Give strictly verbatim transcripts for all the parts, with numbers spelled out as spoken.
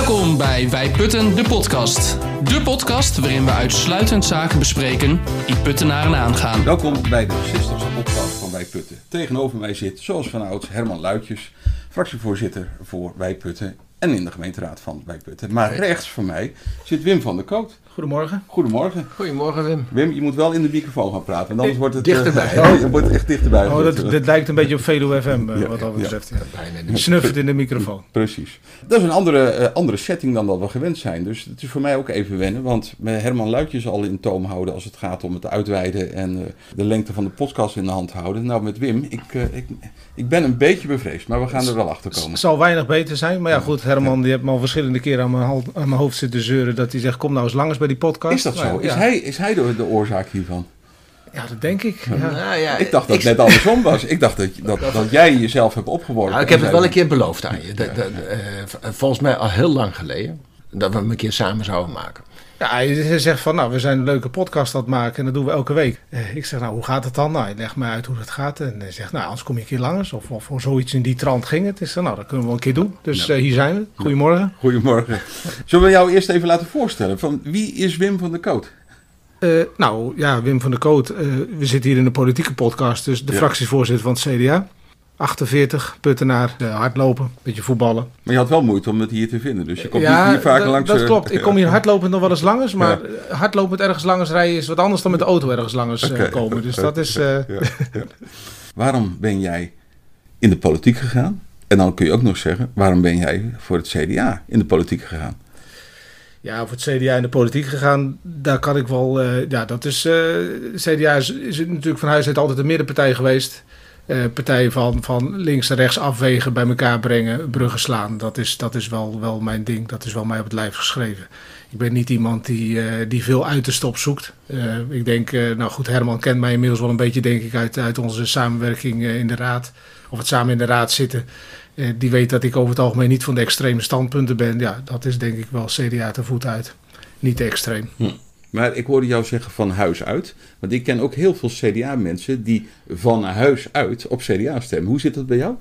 Welkom bij Wij Putten, de podcast. De podcast waarin we uitsluitend zaken bespreken die Puttenaren aangaan. Welkom bij de zestigste podcast van Wij Putten. Tegenover mij zit, zoals vanouds, Herman Luitjes, fractievoorzitter voor Wij Putten en in de gemeenteraad van Wij Putten. Maar rechts van mij zit Wim van der Koot. Goedemorgen. Goedemorgen. Goedemorgen, Wim. Wim, je moet wel in de microfoon gaan praten, want anders wordt het... Dichterbij. Uh, oh, je wordt echt dichterbij. Oh, dat, dit lijkt een beetje op Veluwe F M, uh, ja, wat dat betreft. Ja. Ja. Snuffert in de microfoon. Precies. Dat is een andere, uh, andere setting dan dat we gewend zijn. Dus het is voor mij ook even wennen, want met Herman Luitjes al in toom houden als het gaat om het uitweiden en uh, de lengte van de podcast in de hand houden. Nou, met Wim, ik, uh, ik, ik ben een beetje bevreesd, maar we gaan er wel achter komen. Het zal weinig beter zijn, maar ja goed, Herman, ja. die heeft me al verschillende keren aan mijn, hal, aan mijn hoofd zitten zeuren dat hij zegt, kom nou eens langs bij die podcast. Is dat zo? Nou, is, ja. hij, is hij de, de oorzaak hiervan? Ja, dat denk ik. Ja. Nou, ja, ik dacht dat ik, het net andersom was. Ik dacht dat, dat, dat jij jezelf hebt opgeworpen. Nou, ik heb het wel een keer beloofd aan je. Dat, dat, uh, volgens mij al heel lang geleden. Dat we hem een keer samen zouden maken. Ja, hij zegt van, nou, we zijn een leuke podcast aan het maken en dat doen we elke week. Eh, ik zeg, nou, hoe gaat het dan? Nou, hij legt mij uit hoe het gaat. En hij zegt, nou, anders kom je een keer langs. Of, of voor zoiets in die trant ging het. Dus, nou, dat kunnen we wel een keer doen. Dus ja. uh, hier zijn we. Goedemorgen. Goedemorgen. Zullen we jou eerst even laten voorstellen? Van, wie is Wim van der Koot? Uh, nou, ja, Wim van der Koot. Uh, we zitten hier in de politieke podcast. Dus de ja. fractievoorzitter van het C D A. achtenveertig, Puttenaar, uh, hardlopen, beetje voetballen. Maar je had wel moeite om het hier te vinden, dus je komt ja, niet hier vaker d- langs. dat klopt. Ik kom hier hardlopend nog wel eens langers, maar ja. hardlopend ergens langers rijden is wat anders dan met de auto ergens langers okay. uh, komen. Dus dat is... Uh... Ja, ja. Waarom ben jij in de politiek gegaan? En dan kun je ook nog zeggen, waarom ben jij voor het C D A in de politiek gegaan? Ja, voor het C D A in de politiek gegaan, daar kan ik wel... Uh, ja, dat is... Uh, C D A is, is natuurlijk van huis uit altijd een middenpartij geweest. Uh, partijen van, van links en rechts afwegen, bij elkaar brengen, bruggen slaan. Dat is, dat is wel, wel mijn ding. Dat is wel mij op het lijf geschreven. Ik ben niet iemand die, uh, die veel uiterste opzoekt. Uh, ik denk, uh, nou goed, Herman kent mij inmiddels wel een beetje, denk ik, uit, uit onze samenwerking uh, in de raad. Of het samen in de raad zitten. Uh, die weet dat ik over het algemeen niet van de extreme standpunten ben. Ja, dat is denk ik wel C D A te voet uit. Niet te extreem. Hm. Maar ik hoorde jou zeggen van huis uit. Want ik ken ook heel veel C D A-mensen die van huis uit op C D A stemmen. Hoe zit dat bij jou?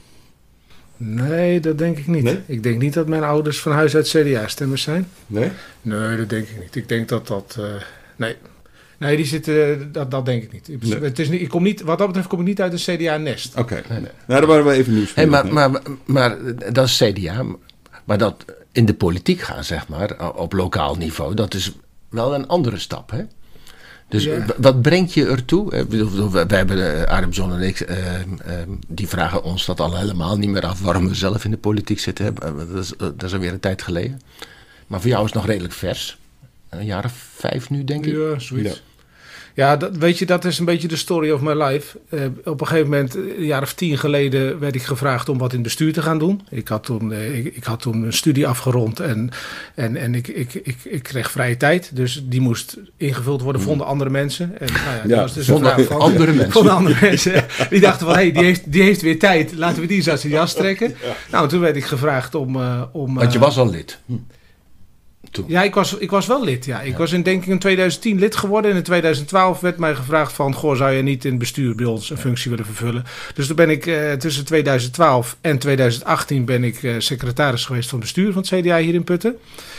Nee, dat denk ik niet. Nee? Ik denk niet dat mijn ouders van huis uit C D A-stemmers zijn. Nee? Nee, dat denk ik niet. Ik denk dat dat... Uh, nee. Nee, die zitten... Dat, dat denk ik niet. Nee. Het is niet ik kom niet. Wat dat betreft kom ik niet uit een C D A-nest. Oké. Okay. Nee, nee. Nou, daar waren we even nieuws. Hey, maar, maar, maar, maar dat is C D A. Maar dat in de politiek gaan, zeg maar, op lokaal niveau, dat is wel een andere stap, hè? Dus ja. Wat brengt je ertoe? We hebben, uh, Armson en ik, uh, uh, die vragen ons dat al helemaal niet meer af waarom we zelf in de politiek zitten. Dat is, uh, dat is alweer een tijd geleden. Maar voor jou is het nog redelijk vers. Een jaar of vijf nu, denk ik. Ja, zoiets. Ja. Ja, dat, weet je, dat is een beetje de story of my life. Uh, op een gegeven moment, een jaar of tien geleden, werd ik gevraagd om wat in het bestuur te gaan doen. Ik had toen, uh, ik, ik had toen een studie afgerond en, en, en ik, ik, ik, ik kreeg vrije tijd. Dus die moest ingevuld worden, vonden andere mensen. En, nou ja, ja, was dus vonden van, andere mensen. Vonden andere mensen. Die dachten van, hé, hey, die, heeft, die heeft weer tijd. Laten we die eens uit zijn jas trekken. Ja. Nou, toen werd ik gevraagd om... Uh, om Want je was al lid. Hm. Toen. Ja, ik was, ik was wel lid. Ja. Ik ja. was in, denk ik in twintig tien lid geworden. En in twintig twaalf werd mij gevraagd van... Goh, zou je niet in het bestuur bij ons een functie willen vervullen? Dus toen ben ik uh, tussen twintig twaalf en twintig achttien... ben ik uh, secretaris geweest van het bestuur van het C D A hier in Putten.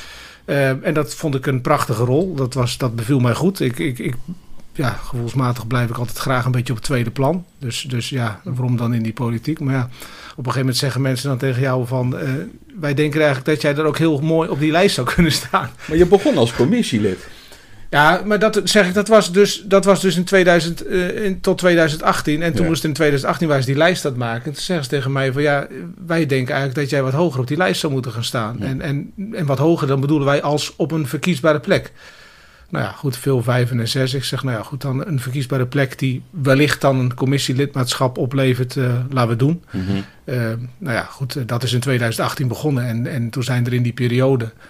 Uh, en dat vond ik een prachtige rol. Dat, was, dat beviel mij goed. Ik, ik, ik, ja, gevoelsmatig blijf ik altijd graag een beetje op het tweede plan. Dus, dus ja, waarom dan in die politiek? Maar ja, op een gegeven moment zeggen mensen dan tegen jou van... Uh, wij denken eigenlijk dat jij er ook heel mooi op die lijst zou kunnen staan. Maar je begon als commissielid. Ja, maar dat zeg ik, dat was dus, dat was dus in tweeduizend, uh, in, tot twintig achttien. En toen ja. was het in twintig achttien waar ze die lijst aan het maken. En toen zeggen ze tegen mij van ja, wij denken eigenlijk dat jij wat hoger op die lijst zou moeten gaan staan. Ja. En, en, en wat hoger dan bedoelen wij als op een verkiesbare plek. Nou ja, goed, veel vijven en zes. Ik zeg, nou ja, goed, dan een verkiesbare plek die wellicht dan een commissielidmaatschap oplevert, uh, laten we doen. Mm-hmm. Uh, nou ja, goed, dat is in twintig achttien begonnen. En, en toen zijn er in die periode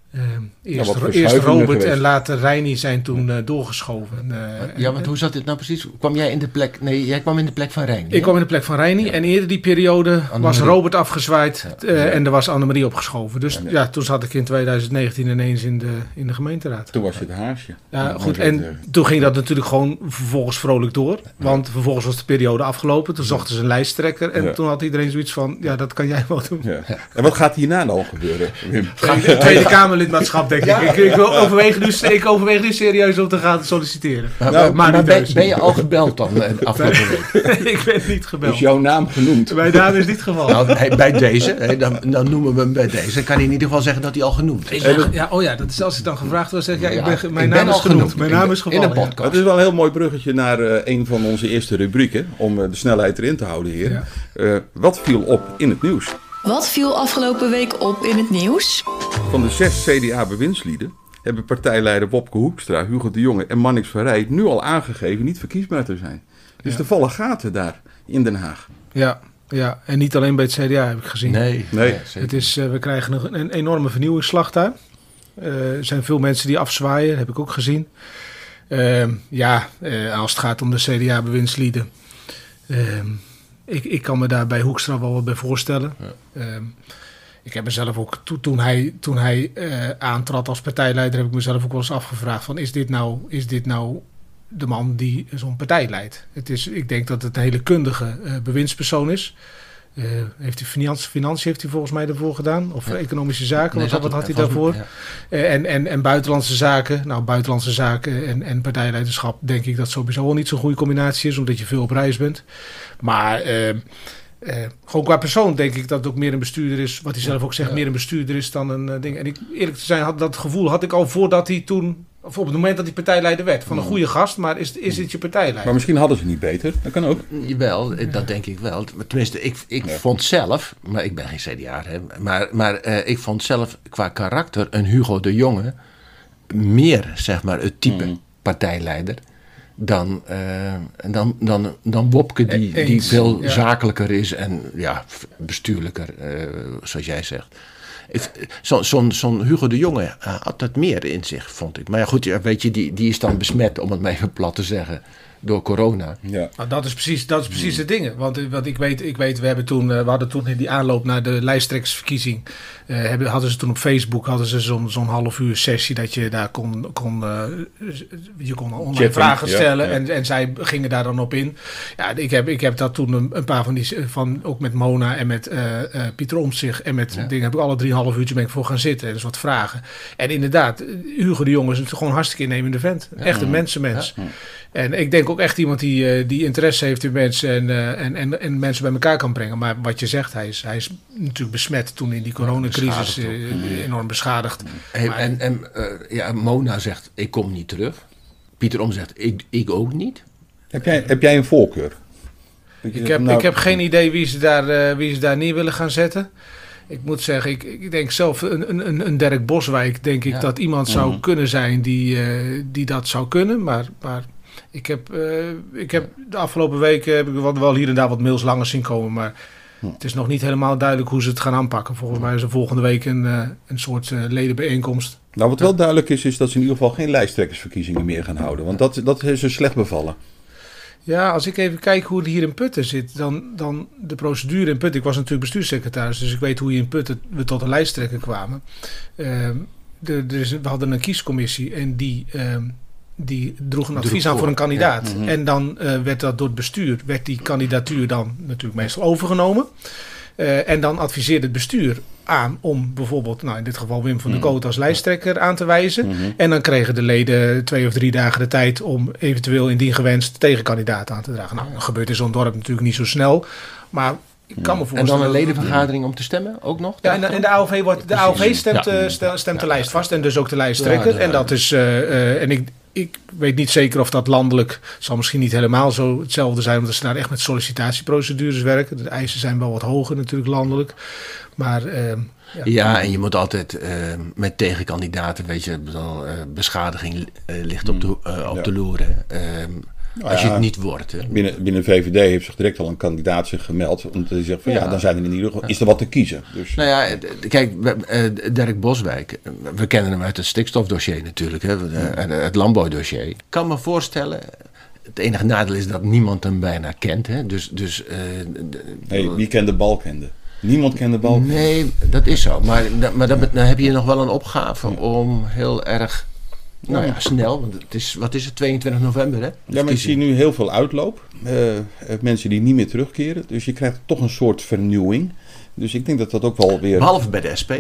Uh, eerst, ja, eerst Robert en later Reini zijn toen uh, doorgeschoven. Uh, ja, want hoe zat dit nou precies? Kwam jij in de plek... Nee, jij kwam in de plek van Reini. Ik hè? kwam in de plek van Reini. Ja. En eerder die periode Annemarie. was Robert afgezwaaid. Ja. Uh, ja. En er was Annemarie opgeschoven. Dus ja, nee. ja, toen zat ik in twintig negentien ineens in de, in de gemeenteraad. Toen was je het haasje. Ja, goed. En het, uh, toen ging dat natuurlijk gewoon vervolgens vrolijk door. Want ja. vervolgens was de periode afgelopen. Toen zochten ze een lijsttrekker. En ja. toen had iedereen zoiets van... Ja, dat kan jij wel doen. Ja. Ja. En wat gaat hierna dan gebeuren, Wim? Tweede Kamerlidmaatschap, denk ik. Ja. ik. Ik, wil overwegen nu, ik overweeg nu serieus om te gaan solliciteren. Nou, maar maar, maar ben, ben je al gebeld dan afgelopen week? Ik ben niet gebeld. Is jouw naam genoemd? Mijn naam is niet gevallen. Nou, hey, bij deze, hey, dan, dan noemen we hem bij deze. Dan kan hij in ieder geval zeggen dat hij al genoemd is. Ben, ja, oh ja, dat is als ik dan gevraagd was, zeg ik, ja, ik ben, mijn ik naam ben is genoemd. Mijn naam is gevallen. In een podcast. Ja. Het is wel een heel mooi bruggetje naar uh, een van onze eerste rubrieken. Om uh, de snelheid erin te houden hier. Ja. Uh, wat viel op in het nieuws? Wat viel afgelopen week op in het nieuws? Van de zes C D A-bewindslieden hebben partijleider Wopke Hoekstra, Hugo de Jonge en Marnix van Rij nu al aangegeven niet verkiesbaar te zijn. Dus ja. er vallen gaten daar in Den Haag. Ja, ja, en niet alleen bij het C D A heb ik gezien. Nee, nee. Ja, het is, uh, we krijgen een, een enorme vernieuwingsslag daar. Uh, er zijn veel mensen die afzwaaien, dat heb ik ook gezien. Uh, ja, uh, als het gaat om de C D A-bewindslieden. Uh, ik, ik kan me daar bij Hoekstra wel wat bij voorstellen. Ja. Uh, Ik heb mezelf ook, to, toen hij, toen hij uh, aantrad als partijleider, heb ik mezelf ook wel eens afgevraagd van is dit nou, is dit nou de man die zo'n partij leidt? Het is, ik denk dat het een hele kundige uh, bewindspersoon is. Uh, heeft hij financiën, financiën heeft hij volgens mij daarvoor gedaan? Of ja. economische zaken, nee, wat, wat had hij daarvoor? Ja. Uh, en, en, en buitenlandse zaken. Nou, buitenlandse zaken en, en partijleiderschap denk ik dat sowieso wel niet zo'n goede combinatie is, omdat je veel op reis bent. Maar... Uh, Uh, gewoon qua persoon denk ik dat het ook meer een bestuurder is, wat hij zelf ook zegt, ja. meer een bestuurder is dan een uh, ding. En ik, eerlijk te zijn, had dat gevoel had ik al voordat hij toen, of op het moment dat hij partijleider werd, van een goede gast, maar is, is dit je partijleider? Maar misschien hadden ze niet beter, dat kan ook. Jawel, dat ja. denk ik wel. Tenminste, ik, ik ja. vond zelf, maar ik ben geen C D A, hè, maar, maar uh, ik vond zelf qua karakter een Hugo de Jonge meer, zeg maar, het type mm. partijleider. Dan, uh, dan, dan, dan Wopke, die, die veel ja. zakelijker is en ja, bestuurlijker, uh, zoals jij zegt. Zo'n zo, zo Hugo de Jonge uh, had het meer in zich, vond ik. Maar ja, goed, ja, weet je, die, die is dan besmet, om het maar even plat te zeggen, door corona. Ja. Nou, dat is precies, dat is precies hmm. de dingen. Want, want ik, weet, ik weet, we, hebben toen, uh, we hadden toen in die aanloop naar de lijsttrekkersverkiezing, uh, hebben, hadden ze toen op Facebook hadden ze zo'n, zo'n half uur sessie dat je daar kon, kon, uh, je kon online Chatten, vragen stellen ja, ja. En, en zij gingen daar dan op in. Ja, ik heb, ik heb dat toen een, een paar van die, van, ook met Mona en met uh, uh, Pieter Omtzigt en met ja. dingen heb ik alle drie een half uurtje ben ik voor gaan zitten en dus wat vragen. En inderdaad, Hugo de Jonge is gewoon een hartstikke innemende vent. Ja. Echt een mensenmens. Ja. En ik denk ook echt iemand die, die interesse heeft in mensen en, uh, en, en, en mensen bij elkaar kan brengen. Maar wat je zegt, hij is, hij is natuurlijk besmet toen in die coronacrisis ja, uh, enorm beschadigd. Hey, maar, en en uh, ja, Mona zegt, ik kom niet terug. Pieter Om zegt, ik, ik ook niet. Heb jij, heb jij een voorkeur? Ik heb, nou, ik heb geen idee wie ze, daar, uh, wie ze daar neer willen gaan zetten. Ik moet zeggen, ik, ik denk zelf, een, een, een Dirk Boswijk, denk ik ja. dat iemand zou mm-hmm. kunnen zijn die, uh, die dat zou kunnen. Maar... maar Ik heb, uh, ik heb de afgelopen weken heb ik wel hier en daar wat mails langer zien komen, maar het is nog niet helemaal duidelijk hoe ze het gaan aanpakken. Volgens mij is er volgende week een, uh, een soort uh, ledenbijeenkomst. Nou, wat wel duidelijk is, is dat ze in ieder geval geen lijsttrekkersverkiezingen meer gaan houden, want dat, dat is ze slecht bevallen. Ja, als ik even kijk hoe het hier in Putten zit, dan, dan de procedure in Putten. Ik was natuurlijk bestuurssecretaris, dus ik weet hoe hier in Putten we tot een lijsttrekker kwamen. Uh, de, de, we hadden een kiescommissie en die... Uh, Die droeg een advies droeg aan voor een kandidaat. Ja. Mm-hmm. En dan uh, werd dat door het bestuur, werd die kandidatuur dan natuurlijk meestal overgenomen. Uh, en dan adviseerde het bestuur aan om bijvoorbeeld, nou in dit geval Wim van der Koot als lijsttrekker aan te wijzen. Mm-hmm. En dan kregen de leden twee of drie dagen de tijd om eventueel indien gewenst tegenkandidaat aan te dragen. Nou, dat gebeurt in zo'n dorp natuurlijk niet zo snel. Maar ik kan me voorstellen. En dan een ledenvergadering om te stemmen ook nog? Ja, en, en de A O V, wordt, de A O V stemt, ja. uh, stemt, stemt de ja. lijst vast en dus ook de lijsttrekker. Ja, en dat is, uh, uh, en ik, ik weet niet zeker of dat landelijk, zal misschien niet helemaal zo hetzelfde zijn, omdat ze daar echt met sollicitatieprocedures werken. De eisen zijn wel wat hoger natuurlijk landelijk. Maar... Uh, Ja. ja, en je moet altijd uh, met tegenkandidaten, weet je, uh, beschadiging uh, ligt op de, uh, op ja. de loer. Uh, Nou als ja, je het niet wordt. Hè. Binnen, binnen V V D heeft zich direct al een kandidaat zich gemeld. Omdat hij zegt van ja, Ja. dan zijn er in ieder geval, is er wat te kiezen. Dus, Nou ja, d- kijk, we- eh, Dirk Boswijk, eh, we kennen hem uit het stikstofdossier natuurlijk, hè, eh, het landbouwdossier. Ik kan me voorstellen, het enige nadeel is dat niemand hem bijna kent. Hè, dus, dus, eh, d- nee, wie kent de Balkende? Niemand kent de Balkende. nee, dat is zo. Maar, da- maar dan, dan heb je nog wel een opgave om heel erg, nou ja, snel, want het is, wat is het, tweeëntwintig november hè? Ja, maar je ziet nu heel veel uitloop. Uh, mensen die niet meer terugkeren. Dus je krijgt toch een soort vernieuwing. Dus ik denk dat dat ook wel weer... Behalve bij de S P.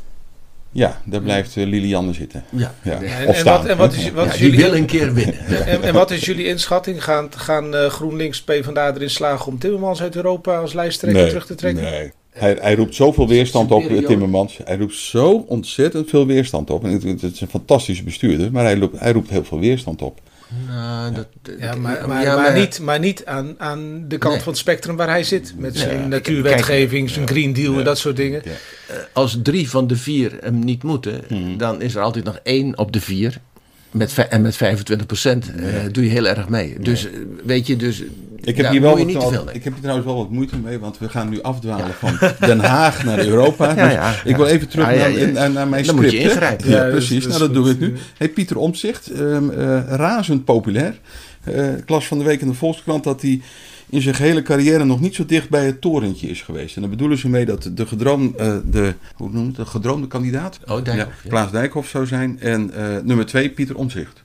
Ja, daar blijft uh, Lilianne zitten. Ja. Ja. En, Of en staan. wat, en wat is, wat Ja, is die jullie, wil een keer winnen. en, en wat is jullie inschatting? Gaan, gaan uh, GroenLinks, PvdA erin slagen om Timmermans uit Europa als lijsttrekker Nee, terug te trekken? Nee. Hij, hij roept zoveel weerstand op, Periode. Timmermans. Hij roept zo ontzettend veel weerstand op. En het, het is een fantastische bestuurder, maar hij roept, hij roept heel veel weerstand op. Nou, dat, Ja, maar, maar, ja, maar niet, maar niet aan, aan de kant Nee. van het spectrum waar hij zit. Met Nee, zijn ja, natuurwetgeving, kijk, zijn Green Deal ja. en dat soort dingen. Ja. als drie van de vier hem niet moeten, Mhm. dan is er altijd nog één op de vier. Met, vij- en met vijfentwintig procent uh, doe je heel erg mee. Dus uh, weet je, dus. Ik heb, ja, hier wel moet je wat, niet te veel wat- mee. ik heb hier trouwens wel wat moeite mee, want we gaan nu afdwalen van Den Haag naar Europa. Ja, Dus ja, ik wil even terug ja, ja, naar, ja. naar, naar mijn Dan script. moet je hè? ingrijpen. Ja, Ja, dus- precies. dus nou, dat doe ik goed. nu. Hey, Pieter Omtzigt, um, uh, razend populair. Uh, ik las van de week in de Volkskrant dat hij in zijn gehele carrière nog niet zo dicht bij het torentje is geweest. En daar bedoelen ze mee dat de, gedroom, uh, de, hoe noem je het, de gedroomde kandidaat, Oh, Dijkhoff, ja, ja. Klaas Dijkhoff zou zijn. En uh, nummer twee, Pieter Omtzigt.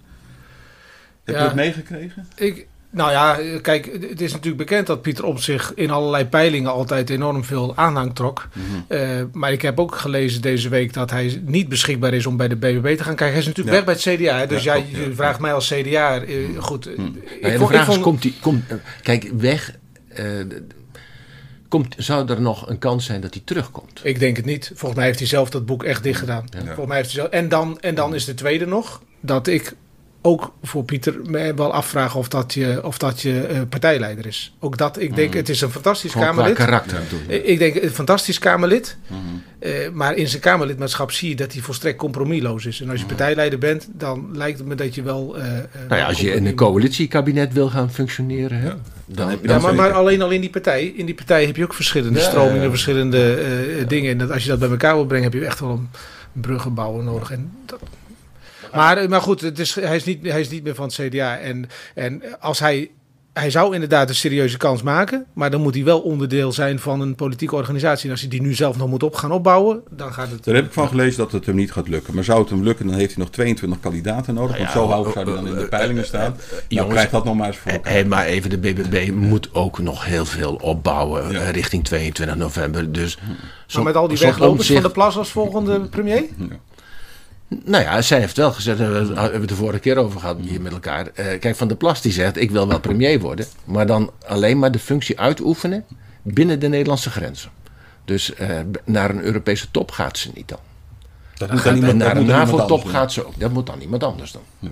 Heb Ja. je dat meegekregen? Ik, nou ja, kijk, het is natuurlijk bekend dat Pieter Omtzigt in allerlei peilingen altijd enorm veel aanhang trok. Mhm. Uh, maar ik heb ook gelezen deze week dat hij niet beschikbaar is om bij de B B B te gaan kijken. Hij is natuurlijk Ja. weg bij het C D A. Hè? Dus Ja, jij klopt, ja. vraagt mij als C D A. Uh, goed, uh, Mhm. ik, Nou ja, vond, de ik vraag is, vond, komt die, komt, uh, kijk, weg. Uh, komt, zou er nog een kans zijn dat hij terugkomt? ik denk het niet. Volgens mij heeft hij zelf dat boek echt dicht gedaan. Ja. Volgens mij heeft hij zelf, en, dan, en dan is de tweede nog dat ik ook voor Pieter me wel afvraag of dat je, of dat je uh, partijleider is. Ook dat, ik denk, het is een fantastisch Gewoon qua Kamerlid. karakter bedoel je? Ik denk een fantastisch Kamerlid. Mhm. Uh, maar in zijn Kamerlidmaatschap zie je dat hij volstrekt compromisloos is. En als je partijleider bent, dan lijkt het me dat je wel... Uh, Nou ja, als je in een coalitiekabinet wil gaan functioneren, hè, Ja. dan, heb je Ja, dan maar, zeker. maar alleen al in die partij. In die partij heb je ook verschillende Ja, stromingen, ja, ja. verschillende uh, dingen. En dat, als je dat bij elkaar wil brengen, heb je echt wel een bruggenbouwer nodig. En dat... maar, maar goed, het is, hij, is niet, hij is niet meer van het C D A. En, en als hij... Hij zou inderdaad een serieuze kans maken, maar dan moet hij wel onderdeel zijn van een politieke organisatie. En als hij die nu zelf nog moet op gaan opbouwen, dan gaat het... Daar heb ik van gelezen dat het hem niet gaat lukken. Maar zou het hem lukken, dan heeft hij nog tweeëntwintig kandidaten nodig. Nou Want ja, zo hoog uh, zou hij dan in de uh, peilingen uh, staan. uh, uh, Nou, jongens, krijg dat nog maar eens voor elkaar. Hey, maar even, de B B B moet ook nog heel veel opbouwen Ja. uh, richting tweeëntwintig november. Dus Maar met al die zo'n weglopers Omtzigt- van de Plas als volgende premier? Ja. Nou ja, zij heeft wel gezegd, daar hebben we het de vorige keer over gehad hier met elkaar. Uh, kijk, Van der Plas die zegt, ik wil wel premier worden, maar dan alleen maar de functie uitoefenen binnen de Nederlandse grenzen. Dus uh, naar een Europese top gaat ze niet dan. Dat En moet dan iemand, dat naar een moet dan iemand NAVO-top anders doen. gaat ze ook. Dat moet dan iemand anders doen. Ja.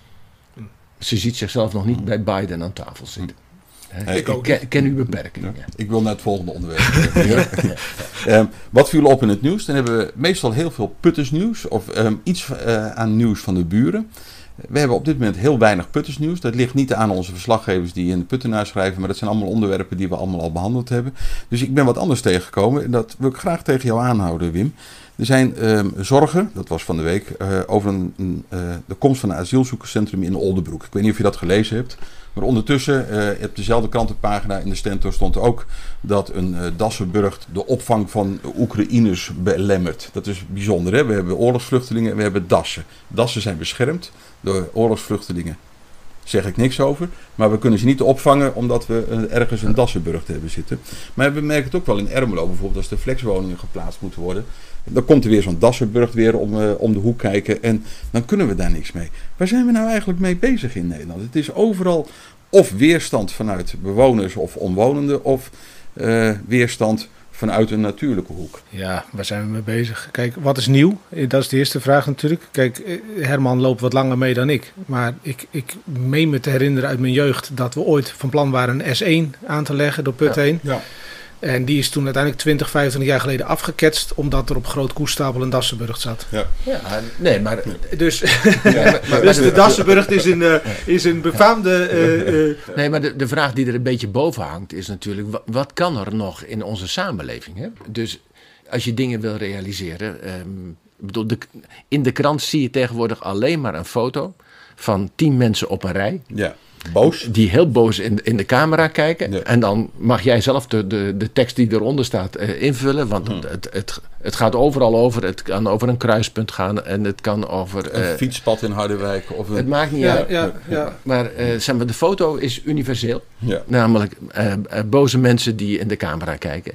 Ze ziet zichzelf nog niet bij Biden aan tafel zitten. Hè? Ik Ik ook ken, ken uw beperkingen. Ja. Ja. Ik wil naar het volgende onderwerp. um, wat viel op in het nieuws? Dan hebben we meestal heel veel puttersnieuws of um, iets uh, aan nieuws van de buren. We hebben op dit moment heel weinig puttersnieuws. Dat ligt niet aan onze verslaggevers die in de Puttenaar schrijven, maar dat zijn allemaal onderwerpen die we allemaal al behandeld hebben. Dus ik ben wat anders tegengekomen en dat wil ik graag tegen jou aanhouden, Wim. Er zijn um, zorgen, dat was van de week, uh, over een, een, uh, de komst van een asielzoekerscentrum in Oldenbroek. Ik weet niet of je dat gelezen hebt. Maar ondertussen, uh, op dezelfde krantenpagina in de Stentor stond ook dat een uh, Dassenburg de opvang van Oekraïners belemmert. Dat is bijzonder, hè? We hebben oorlogsvluchtelingen en we hebben dassen. Dassen zijn beschermd door oorlogsvluchtelingen. Daar zeg ik niks over. Maar we kunnen ze niet opvangen omdat we uh, ergens een Dassenburg hebben zitten. Maar we merken het ook wel in Ermelo bijvoorbeeld als er flexwoningen geplaatst moeten worden. Dan komt er weer zo'n Dassenburg weer om, uh, om de hoek kijken en dan kunnen we daar niks mee. Waar zijn we nou eigenlijk mee bezig in Nederland? Het is overal of weerstand vanuit bewoners of omwonenden of uh, weerstand vanuit een natuurlijke hoek. Ja, waar zijn we mee bezig? Kijk, wat is nieuw? Dat is de eerste vraag natuurlijk. Kijk, Herman loopt wat langer mee dan ik. Maar ik, ik meen me te herinneren uit mijn jeugd dat we ooit van plan waren een S één aan te leggen door Put heen. Ja. En die is toen uiteindelijk twintig, vijfentwintig jaar geleden afgeketst, omdat er op Groot Koestapel een Dassenburgt zat. Ja. Ja, nee, maar... Dus, ja, maar, dus de Dassenburgt is een, uh, is een befaamde... Uh, uh, nee, maar de, de vraag die er een beetje boven hangt is natuurlijk... wat, wat kan er nog in onze samenleving? Hè? Dus als je dingen wil realiseren... Um, bedoel, de, in de krant zie je tegenwoordig alleen maar een foto... van tien mensen op een rij. Ja. Boos. Die heel boos in, in de camera kijken. Ja. En dan mag jij zelf de, de, de tekst die eronder staat uh, invullen. Want hmm. het, het, het gaat overal over. Het kan over een kruispunt gaan. En het kan over... Uh, een uh, fietspad in Harderwijk. Of een... Het maakt niet ja, uit. Ja, ja. Maar uh, zeg maar, de foto is universeel. Ja. Namelijk uh, uh, boze mensen die in de camera kijken.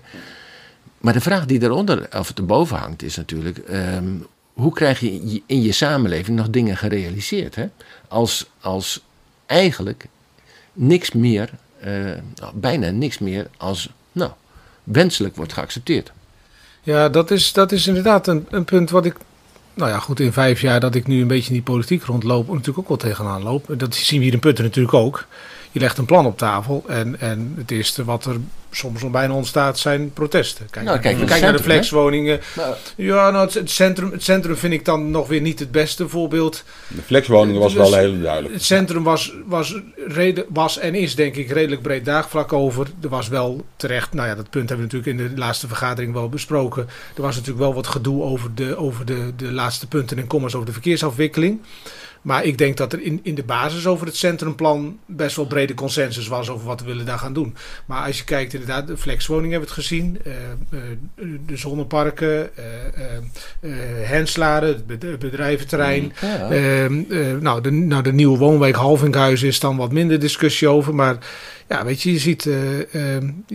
Maar de vraag die eronder of erboven hangt is natuurlijk... Um, hoe krijg je in je samenleving nog dingen gerealiseerd? Hè? Als... als eigenlijk niks meer, uh, nou, bijna niks meer als nou, wenselijk wordt geaccepteerd. Ja, dat is, dat is inderdaad een, een punt wat ik, nou ja goed, in vijf jaar dat ik nu een beetje in die politiek rondloop, natuurlijk ook wel tegenaan loop. Dat zien we hier in Putten natuurlijk ook. Je legt een plan op tafel en, en het eerste wat er soms al bijna ontstaat zijn protesten. Kijk, nou, kijk, kijk centrum, naar de flexwoningen. Maar, ja, nou, het, het, centrum, het centrum vind ik dan nog weer niet het beste voorbeeld. De flexwoningen was dus, wel heel duidelijk. Het centrum was, was, reden, was en is denk ik redelijk breed daagvlak over. Er was wel terecht, nou ja, dat punt hebben we natuurlijk in de laatste vergadering wel besproken. Er was natuurlijk wel wat gedoe over de, over de, de laatste punten en commas over de verkeersafwikkeling. Maar ik denk dat er in, in de basis over het centrumplan best wel brede consensus was over wat we willen daar gaan doen. Maar als je kijkt inderdaad, de flexwoningen hebben we het gezien. Uh, uh, de zonneparken, uh, uh, uh, Henslade, het bedrijventerrein. Ja. Uh, uh, nou, de, nou, de nieuwe woonwijk Halvinghuizen is dan wat minder discussie over. Maar ja, weet je, je ziet, uh, uh,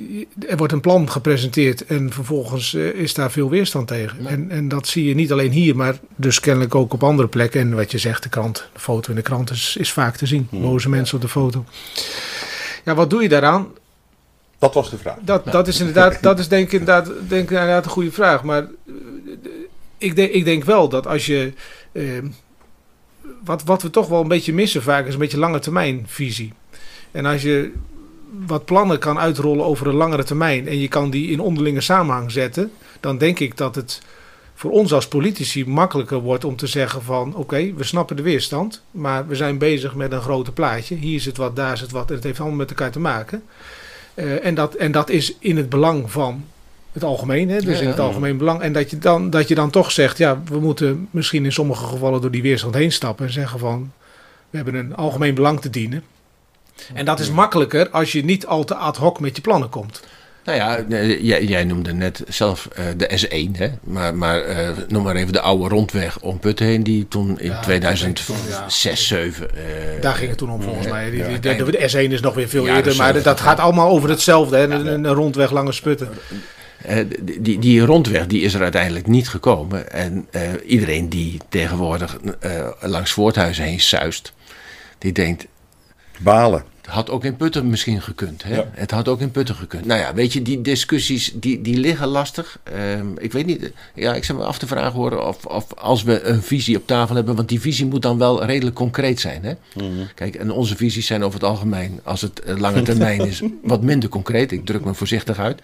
er wordt een plan gepresenteerd en vervolgens uh, is daar veel weerstand tegen. Ja. En, en dat zie je niet alleen hier, maar dus kennelijk ook op andere plekken. En wat je zegt, de krant, de foto in de krant is, is vaak te zien. Boze ja. mensen op de foto. Ja, wat doe je daaraan? Dat was de vraag. Dat, ja. dat is inderdaad, dat is denk ik inderdaad, denk ik inderdaad een goede vraag. Maar uh, ik, denk, ik denk wel dat als je... Uh, wat, wat we toch wel een beetje missen vaak is een beetje lange termijn visie. En als je wat plannen kan uitrollen over een langere termijn en je kan die in onderlinge samenhang zetten, dan denk ik dat het voor ons als politici makkelijker wordt om te zeggen van oké, okay, we snappen de weerstand, maar we zijn bezig met een groter plaatje. Hier is het wat, daar is het wat en het heeft allemaal met elkaar te maken. Uh, en, dat, en dat is in het belang van het algemeen, hè? Dus ja, ja, in het algemeen belang. En dat je, dan, dat je dan toch zegt, ja, we moeten misschien in sommige gevallen door die weerstand heen stappen en zeggen van we hebben een algemeen belang te dienen. En dat is makkelijker als je niet al te ad hoc met je plannen komt. Nou ja, jij, jij noemde net zelf uh, de S één, hè? Maar, maar uh, noem maar even de oude rondweg om Putten heen, die toen in ja, tweeduizend zes, zeven... Uh, Daar ging het toen om volgens uh, mij. Die, die, de, de S één is nog weer veel ja, eerder, maar dat gaat allemaal over hetzelfde, hè? Een, een rondweg langs Putten. Uh, die, die rondweg die is er uiteindelijk niet gekomen. En uh, iedereen die tegenwoordig uh, langs Voorthuizen heen suist, die denkt... Balen. Het had ook in Putten misschien gekund. Hè? Ja. Het had ook in Putten gekund. Nou ja, weet je, die discussies die, die liggen lastig. Um, ik weet niet, ja, ik zou me af te vragen horen of, of als we een visie op tafel hebben, want die visie moet dan wel redelijk concreet zijn. Hè? Mm-hmm. Kijk, en onze visies zijn over het algemeen, als het lange termijn is, wat minder concreet. Ik druk me voorzichtig uit.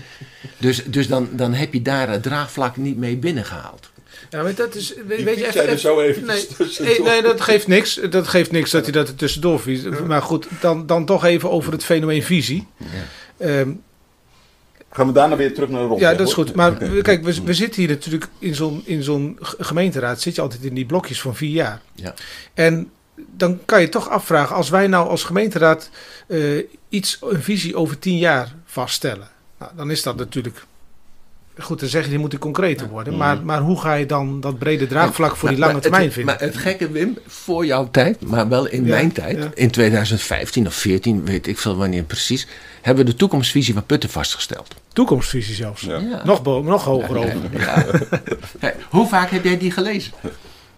Dus, dus dan, dan heb je daar het draagvlak niet mee binnengehaald. Ja, maar dat is, weet, die weet je, even, er zo even nee, nee, nee, dat geeft niks. Dat geeft niks dat hij dat er tussendoor vies. Ja. Maar goed, dan, dan toch even over het fenomeen visie. Ja. Um, Gaan we daarna weer terug naar de rondweg? Ja, dat is goed. Maar okay. Kijk, we, we zitten hier natuurlijk in zo'n, in zo'n gemeenteraad. Zit je altijd in die blokjes van vier jaar. Ja. En dan kan je toch afvragen, als wij nou als gemeenteraad uh, iets, een visie over tien jaar vaststellen. Nou, dan is dat natuurlijk... Goed, dan zeg je, die moet concreter worden. Ja. Maar, maar hoe ga je dan dat brede draagvlak voor maar, die lange maar termijn het, vinden? Maar het gekke, Wim, voor jouw tijd, maar wel in ja, mijn tijd, ja. in tweeduizend vijftien of veertien, weet ik veel wanneer precies, hebben we de toekomstvisie van Putten vastgesteld. Toekomstvisie zelfs? Ja. Ja. Nog, bo- nog hoger ja, over. Ja. Ja. Hoe vaak heb jij die gelezen?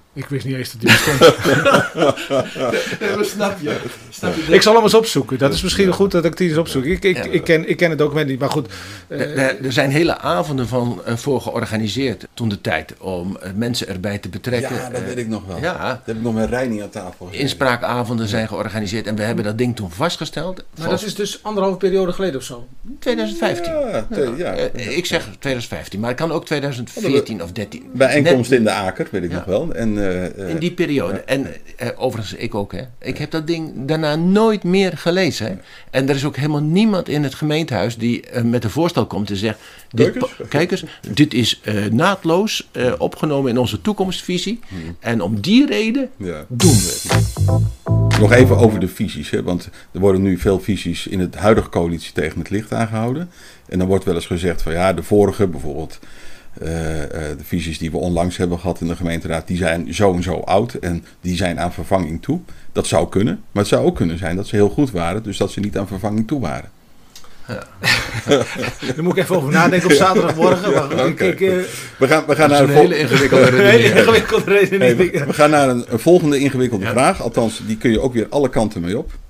Ik wist niet eens dat die bestond. Nee, maar snap je? Snap je Ik zal hem eens opzoeken. Dat is misschien goed dat ik die eens opzoek. Ik, ik, ja, ik, ken, ik ken het document niet, maar goed. Uh, er, er zijn hele avonden van, uh, voor georganiseerd toen de tijd om uh, mensen erbij te betrekken. Ja, dat weet ik nog wel. Ja. Dat heb ik nog met Reining aan tafel gezeten. Inspraakavonden zijn georganiseerd en we hebben dat ding toen vastgesteld. Maar dat is dus anderhalve periode geleden of zo? twintig vijftien. Ja, te, ja. Ja. Uh, ik zeg twintig vijftien, maar het kan ook twintig veertien of dertien. Bijeenkomst in de Aker, weet ik ja. nog wel. En, uh, uh, in die periode. Ja. En uh, overigens, ik ook. Hè. Ik heb dat ding daarna nooit meer gelezen. Hè. En er is ook helemaal niemand in het gemeentehuis die uh, met een voorstel komt en zegt... Dit, kijk eens, dit is uh, naadloos uh, opgenomen in onze toekomstvisie. Hmm. En om die reden ja. doen we het. Nog even over de visies. Hè, want er worden nu veel visies in het huidige coalitie tegen het licht aangehouden. En dan wordt wel eens gezegd van ja, de vorige bijvoorbeeld... Uh, uh, de visies die we onlangs hebben gehad in de gemeenteraad, die zijn zo en zo oud en die zijn aan vervanging toe. Dat zou kunnen, maar het zou ook kunnen zijn dat ze heel goed waren, dus dat ze niet aan vervanging toe waren. Ja. Daar moet ik even over nadenken op zaterdagmorgen. Ja, maar okay. ik, uh, we gaan, we gaan naar een, een hele ingewikkelde redenering. ingewikkelde redenering. Hey, we, we gaan naar een, een volgende ingewikkelde ja. vraag, althans die kun je ook weer alle kanten mee op.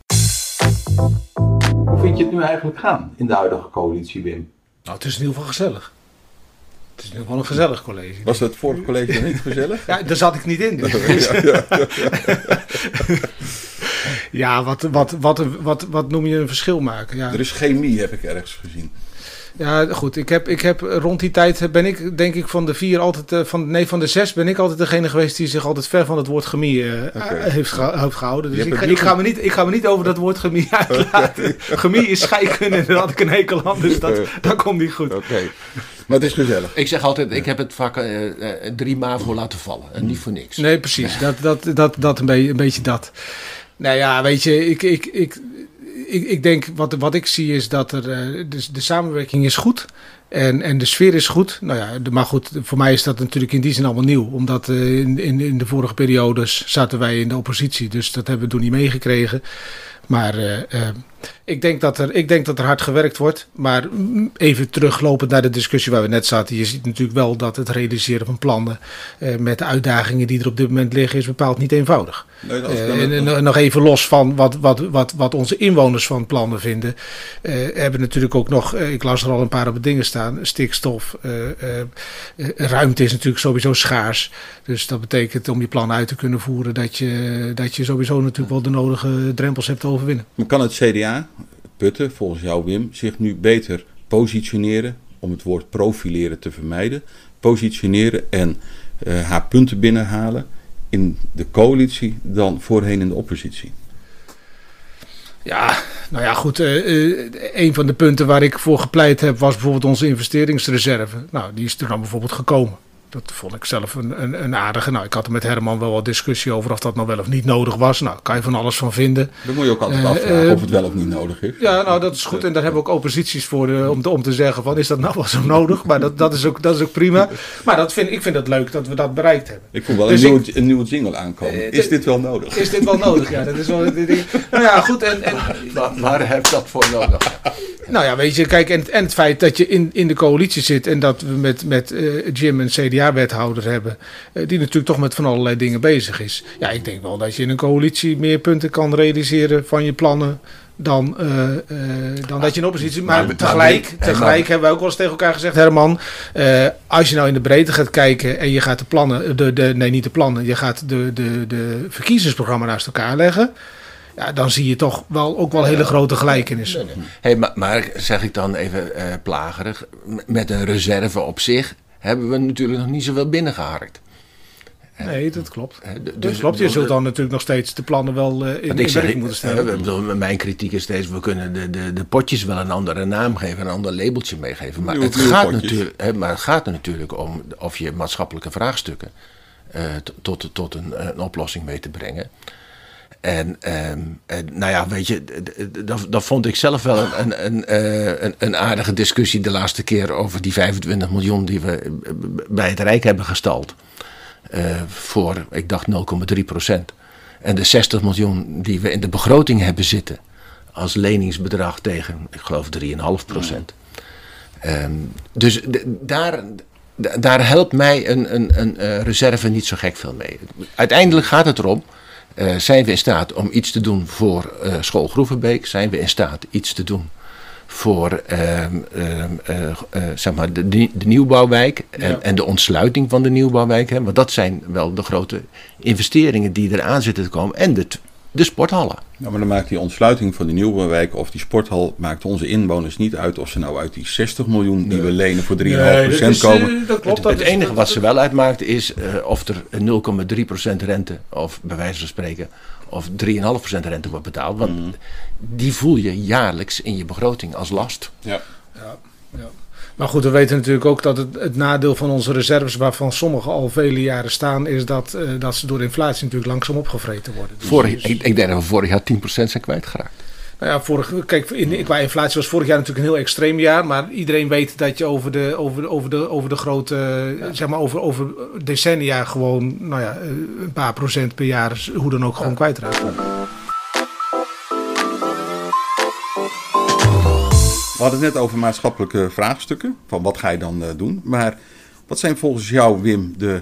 Hoe vind je het nu eigenlijk gaan in de huidige coalitie, Wim? Nou, het is in ieder geval gezellig. Het is nu gewoon een gezellig college. Was dat vorige college dan niet gezellig? Ja, daar zat ik niet in. Dus. Ja, ja, ja, ja. ja wat, wat, wat, wat, wat noem je een verschil maken? Ja. Er is chemie, heb ik ergens gezien. Ja, goed. Ik heb, ik heb rond die tijd ben ik, denk ik, van de vier altijd, van, nee, van de zes ben ik altijd degene geweest die zich altijd ver van het woord chemie uh, okay. heeft, geha- heeft gehouden. Dus ik ga, ik, ga me niet, ik ga me niet over dat woord chemie uitlaten. Okay. Chemie is scheikunde en daar had ik een hekel aan, dus dat, dat komt niet goed. Oké. Okay. Maar het is gezellig. Ik zeg altijd, ik heb het vak uh, uh, drie MAVO laten vallen. En niet voor niks. Nee, precies. Dat, dat, dat, dat een, be- een beetje dat. Nou ja, weet je, ik... ik, ik Ik, ik denk, wat, wat ik zie is dat er, uh, de, de samenwerking is goed en, en de sfeer is goed. Nou ja, de, maar goed, voor mij is dat natuurlijk in die zin allemaal nieuw. Omdat uh, in, in, in de vorige periodes zaten wij in de oppositie, dus dat hebben we toen niet meegekregen. Maar uh, uh, ik, denk dat er, ik denk dat er hard gewerkt wordt. Maar even teruglopend naar de discussie waar we net zaten. Je ziet natuurlijk wel dat het realiseren van plannen uh, met de uitdagingen die er op dit moment liggen is bepaald niet eenvoudig. Nee, dat is uh, en, en nog even los van wat, wat, wat, wat onze inwoners van plannen vinden. Uh, hebben natuurlijk ook nog, uh, ik las er al een paar op het dingen staan. Stikstof, uh, uh, uh, ruimte is natuurlijk sowieso schaars. Dus dat betekent om je plan uit te kunnen voeren dat je, dat je sowieso natuurlijk wel de nodige drempels hebt te overwinnen. Maar kan het C D A, Putten, volgens jou Wim, zich nu beter positioneren, om het woord profileren te vermijden, positioneren en uh, haar punten binnenhalen in de coalitie dan voorheen in de oppositie? Ja, nou ja, goed. Uh, uh, een van de punten waar ik voor gepleit heb was bijvoorbeeld onze investeringsreserve. Nou, die is er dan bijvoorbeeld gekomen. Dat vond ik zelf een, een, een aardige. Nou, ik had er met Herman wel wat discussie over of dat nou wel of niet nodig was. Nou, kan je van alles van vinden. Dan moet je ook altijd uh, afvragen uh, of het wel of niet nodig is. Ja, nou, dat is goed. En daar hebben we ook opposities voor uh, om, te, om te zeggen van, is dat nou wel zo nodig? Maar dat, dat, is, ook, dat is ook prima. Maar dat vind, ik vind het leuk dat we dat bereikt hebben. Ik voel wel dus een, nieuwe, een nieuwe jingle aankomen. Is dit wel nodig? Is dit wel nodig? Ja, dat is wel... Nou ja, goed. En, en, waar, waar heb je dat voor nodig? Nou ja, weet je, kijk, en, en het feit dat je in, in de coalitie zit en dat we met, met uh, Jim een C D A-wethouder hebben, uh, die natuurlijk toch met van allerlei dingen bezig is. Ja, ik denk wel dat je in een coalitie meer punten kan realiseren van je plannen dan, uh, uh, dan dat je in oppositie... Maar, maar tegelijk, maar, tegelijk maar, hebben wij ook wel eens tegen elkaar gezegd, Herman, uh, als je nou in de breedte gaat kijken en je gaat de plannen, de, de, nee niet de plannen, je gaat de, de, de verkiezingsprogramma naast elkaar leggen. Ja, dan zie je toch wel ook wel hele grote gelijkenissen. Nee, nee. Hey, maar, maar zeg ik dan even uh, plagerig, met een reserve op zich hebben we natuurlijk nog niet zoveel binnengeharkt. Nee, dat klopt. Uh, dus, dus klopt, je zult dan natuurlijk nog steeds de plannen wel uh, in, in werking moeten stellen. Uh, bedoel, mijn kritiek is steeds, we kunnen de, de, de potjes wel een andere naam geven, een ander labeltje meegeven. Maar, het gaat, natuurlijk, hè, maar het gaat er natuurlijk om of je maatschappelijke vraagstukken uh, t- tot, tot een, een oplossing mee te brengen. En, en, en nou ja, weet je, dat, dat vond ik zelf wel een, een, een, een aardige discussie de laatste keer over die vijfentwintig miljoen die we bij het Rijk hebben gestald. Uh, voor, ik dacht, nul komma drie procent. En de zestig miljoen die we in de begroting hebben zitten als leningsbedrag tegen, ik geloof, drie komma vijf procent. Um, dus de, daar... d- daar helpt mij een, een, een uh, reserve niet zo gek veel mee. Uiteindelijk gaat het erom, uh, zijn we in staat om iets te doen voor uh, school Groevenbeek? Zijn we in staat iets te doen voor uh, uh, uh, uh, zeg maar de, de nieuwbouwwijk en, ja. en de ontsluiting van de nieuwbouwwijk? Hè? Want dat zijn wel de grote investeringen die eraan zitten te komen. En de, de sporthallen. Ja, maar dan maakt die ontsluiting van die nieuwbouwwijk of die sporthal maakt onze inwoners niet uit of ze nou uit die zestig miljoen die we lenen voor drie komma vijf procent nee, komen. Dat klopt, het dat het is, enige dat, wat ze wel uitmaakt is uh, of er nul komma drie procent rente, of bij wijze van spreken, of drie komma vijf procent rente wordt betaald. Want mm. die voel je jaarlijks in je begroting als last. Ja. Ja, ja. Maar goed, we weten natuurlijk ook dat het, het nadeel van onze reserves, waarvan sommige al vele jaren staan, is dat, uh, dat ze door de inflatie natuurlijk langzaam opgevreten worden. Dus vorig, dus, ik, ik denk dat we vorig jaar tien procent zijn kwijtgeraakt. Nou ja, vorig, kijk, in, qua inflatie was vorig jaar natuurlijk een heel extreem jaar, maar iedereen weet dat je over de, over de, over de, over de grote, ja. zeg maar over, over decennia gewoon, nou ja, een paar procent per jaar, hoe dan ook, gewoon ja. kwijtraakt. We hadden het net over maatschappelijke vraagstukken, van wat ga je dan uh, doen. Maar wat zijn volgens jou, Wim, de,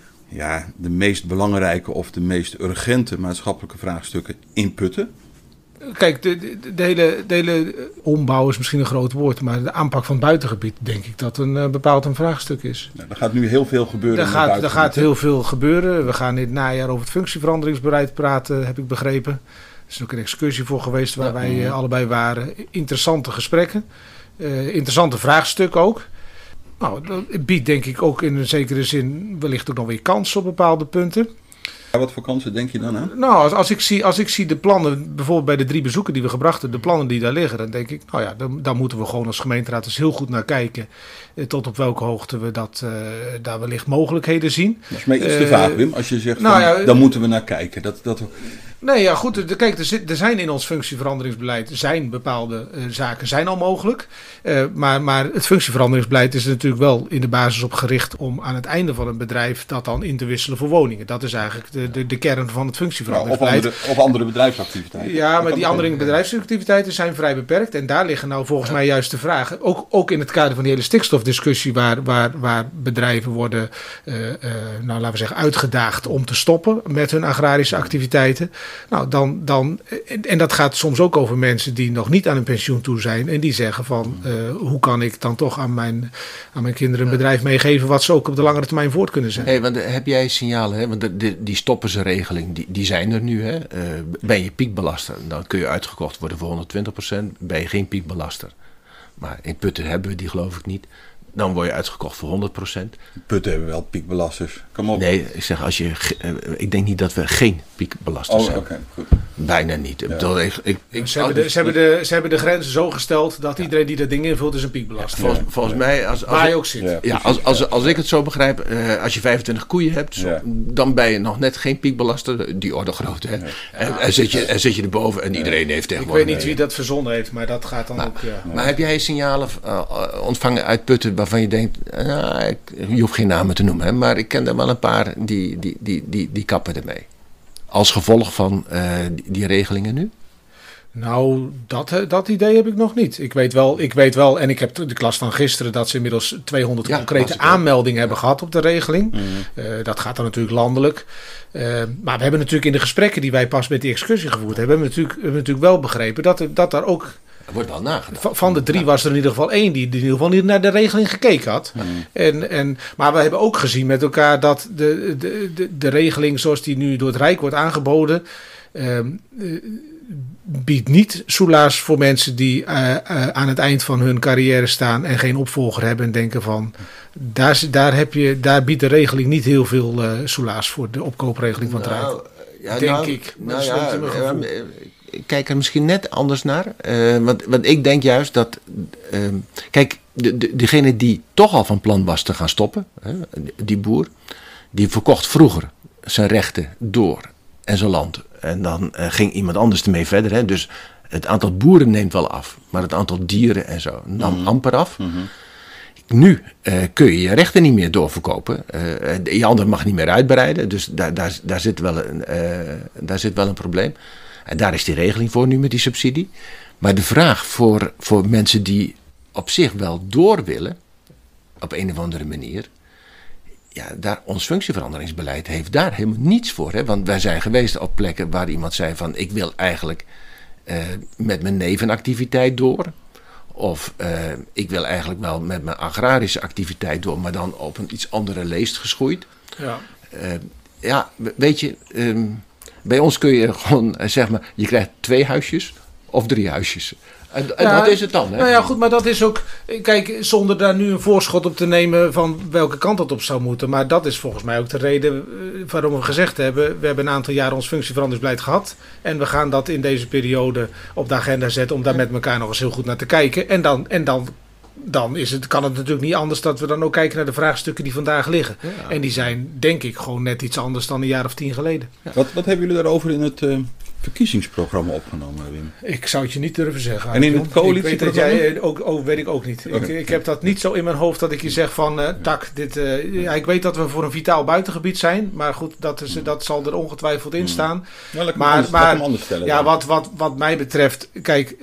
ja, de meest belangrijke of de meest urgente maatschappelijke vraagstukken in Putten? Kijk, de, de, de, hele, de hele ombouw is misschien een groot woord, maar de aanpak van het buitengebied, denk ik dat een uh, bepaald een vraagstuk is. Nou, er gaat nu heel veel gebeuren. Er gaat, er gaat heel veel gebeuren. We gaan in het najaar over het functieveranderingsbeleid praten, heb ik begrepen. Er is ook een excursie voor geweest waar ja, wij uh, allebei waren. Interessante gesprekken, uh, interessante vraagstukken ook. Nou, dat biedt denk ik ook in een zekere zin wellicht ook nog weer kansen op bepaalde punten. Ja, wat voor kansen denk je dan aan? Nou, als, als, ik zie, als ik zie de plannen, bijvoorbeeld bij de drie bezoeken die we gebracht hebben, de plannen die daar liggen, dan denk ik, nou ja, dan, dan moeten we gewoon als gemeenteraad eens heel goed naar kijken. Eh, tot op welke hoogte we dat, uh, daar wellicht mogelijkheden zien. Dat is mij iets te vaag, Wim, als je zegt, nou, van, ja, dan moeten we naar kijken. Dat, dat... Nee, ja, goed. De, kijk, er, zit, er zijn in ons functieveranderingsbeleid zijn bepaalde uh, zaken zijn al mogelijk. Uh, maar, maar het functieveranderingsbeleid is er natuurlijk wel in de basis op gericht om aan het einde van een bedrijf dat dan in te wisselen voor woningen. Dat is eigenlijk de, de, de kern van het functieveranderingsbeleid. Nou, of, andere, of andere bedrijfsactiviteiten. Ja, maar die andere bedrijfsactiviteiten zijn vrij beperkt. En daar liggen nou volgens mij juist de vragen. Ook, ook in het kader van die hele stikstofdiscussie waar, waar, waar bedrijven worden, uh, uh, nou laten we zeggen, uitgedaagd om te stoppen met hun agrarische activiteiten. Nou, dan, dan, en dat gaat soms ook over mensen die nog niet aan een pensioen toe zijn. En die zeggen van, uh, hoe kan ik dan toch aan mijn, aan mijn kinderen een bedrijf meegeven wat ze ook op de langere termijn voort kunnen zetten. Hey, want heb jij signalen, hè? Want de, de, die stoppen ze regeling, die, die zijn er nu. Hè? Uh, ben je piekbelaster, dan kun je uitgekocht worden voor honderdtwintig procent. Ben je geen piekbelaster. Maar in Putten hebben we die geloof ik niet. Dan word je uitgekocht voor honderd procent. Putten hebben wel piekbelasters. Kom op. Nee, ik zeg als je. Ik denk niet dat we geen piekbelasters oh, hebben. Okay, goed. Bijna niet. Ja. Bedoel, ik, ik, ik, ze, hebben de, ze, hebben de, ze hebben de grenzen zo gesteld dat ja. iedereen die dat ding invult is een piekbelaster. Ja, volgens, volgens ja. mij, als, als, waar je ook zit. Ja, ja, als, als, als ik het zo begrijp, uh, als je vijfentwintig koeien hebt, zo, ja. dan ben je nog net geen piekbelaster. Die orde groot, hè? Ja. En, ja. en, zit je, en zit je erboven en iedereen ja. heeft tegenwoordig. Ik weet niet wie dat verzonnen heeft, maar dat gaat dan maar, ook. Ja. Maar heb jij signalen uh, ontvangen uit Putten waarvan je denkt, nou, ik, je hoeft geen namen te noemen, hè, maar ik ken er wel een paar die, die, die, die, die kappen ermee. Als gevolg van uh, die, die regelingen nu? Nou, dat, dat idee heb ik nog niet. Ik weet wel, ik weet wel en ik heb de klas van gisteren dat ze inmiddels tweehonderd ja, concrete aanmeldingen hebben gehad op de regeling. Mm. Uh, dat gaat dan natuurlijk landelijk. Uh, maar we hebben natuurlijk in de gesprekken die wij pas met die excursie gevoerd hebben, hebben we natuurlijk, hebben we natuurlijk wel begrepen dat, er, dat daar ook. Er wordt wel nagedacht. Van, van de drie ja. was er in ieder geval één die, die in ieder geval niet naar de regeling gekeken had. Mm. En, en, maar we hebben ook gezien met elkaar dat de, de, de, de regeling zoals die nu door het Rijk wordt aangeboden, uh, uh, biedt niet soelaas voor mensen die uh, uh, aan het eind van hun carrière staan en geen opvolger hebben en denken van, daar, daar, heb je, daar biedt de regeling niet heel veel uh, soelaas voor de opkoopregeling van het nou, Rijk. Ja, denk nou, ik. Nou ja, ja, ik kijk er misschien net anders naar. Uh, want, want ik denk juist dat, uh, kijk, de, de, degene die toch al van plan was te gaan stoppen, hè, die boer, die verkocht vroeger zijn rechten door en zijn land. En dan uh, ging iemand anders ermee verder. Hè. Dus het aantal boeren neemt wel af. Maar het aantal dieren en zo nam mm-hmm. amper af. Mm-hmm. Nu uh, kun je je rechten niet meer doorverkopen. Uh, je ander mag niet meer uitbreiden. Dus daar, daar, daar, zit wel een, uh, daar zit wel een probleem. En daar is die regeling voor nu met die subsidie. Maar de vraag voor, voor mensen die op zich wel door willen, op een of andere manier, ja, daar, ons functieveranderingsbeleid heeft daar helemaal niets voor. Hè? Want wij zijn geweest op plekken waar iemand zei van... ik wil eigenlijk uh, met mijn nevenactiviteit door... Of uh, ik wil eigenlijk wel met mijn agrarische activiteit door... maar dan op een iets andere leest geschoeid. Ja, uh, ja weet je... Um, bij ons kun je gewoon, uh, zeg maar... je krijgt twee huisjes of drie huisjes... En, en ja, dat is het dan, hè? Nou ja, goed, maar dat is ook... Kijk, zonder daar nu een voorschot op te nemen van welke kant het op zou moeten. Maar dat is volgens mij ook de reden waarom we gezegd hebben... we hebben een aantal jaren ons functieveranderingsbeleid gehad. En we gaan dat in deze periode op de agenda zetten... om daar met elkaar nog eens heel goed naar te kijken. En dan... En dan Dan is het, kan het natuurlijk niet anders dat we dan ook kijken naar de vraagstukken die vandaag liggen. Ja. En die zijn, denk ik, gewoon net iets anders dan een jaar of tien geleden. Ja. Wat, wat hebben jullie daarover in het uh, verkiezingsprogramma opgenomen, Wim? Ik zou het je niet durven zeggen. En in het coalitieprogramma? Ik weet, dat jij, ook, ook, weet ik ook niet. Okay. Ik, ik heb dat niet zo in mijn hoofd dat ik je zeg van... Uh, tak, dit, uh, ja, ik weet dat we voor een vitaal buitengebied zijn. Maar goed, dat, is, dat zal er ongetwijfeld in staan. Nou, laat maar anders, maar laat hem anders stellen. Ja, wat, wat, wat mij betreft... Kijk...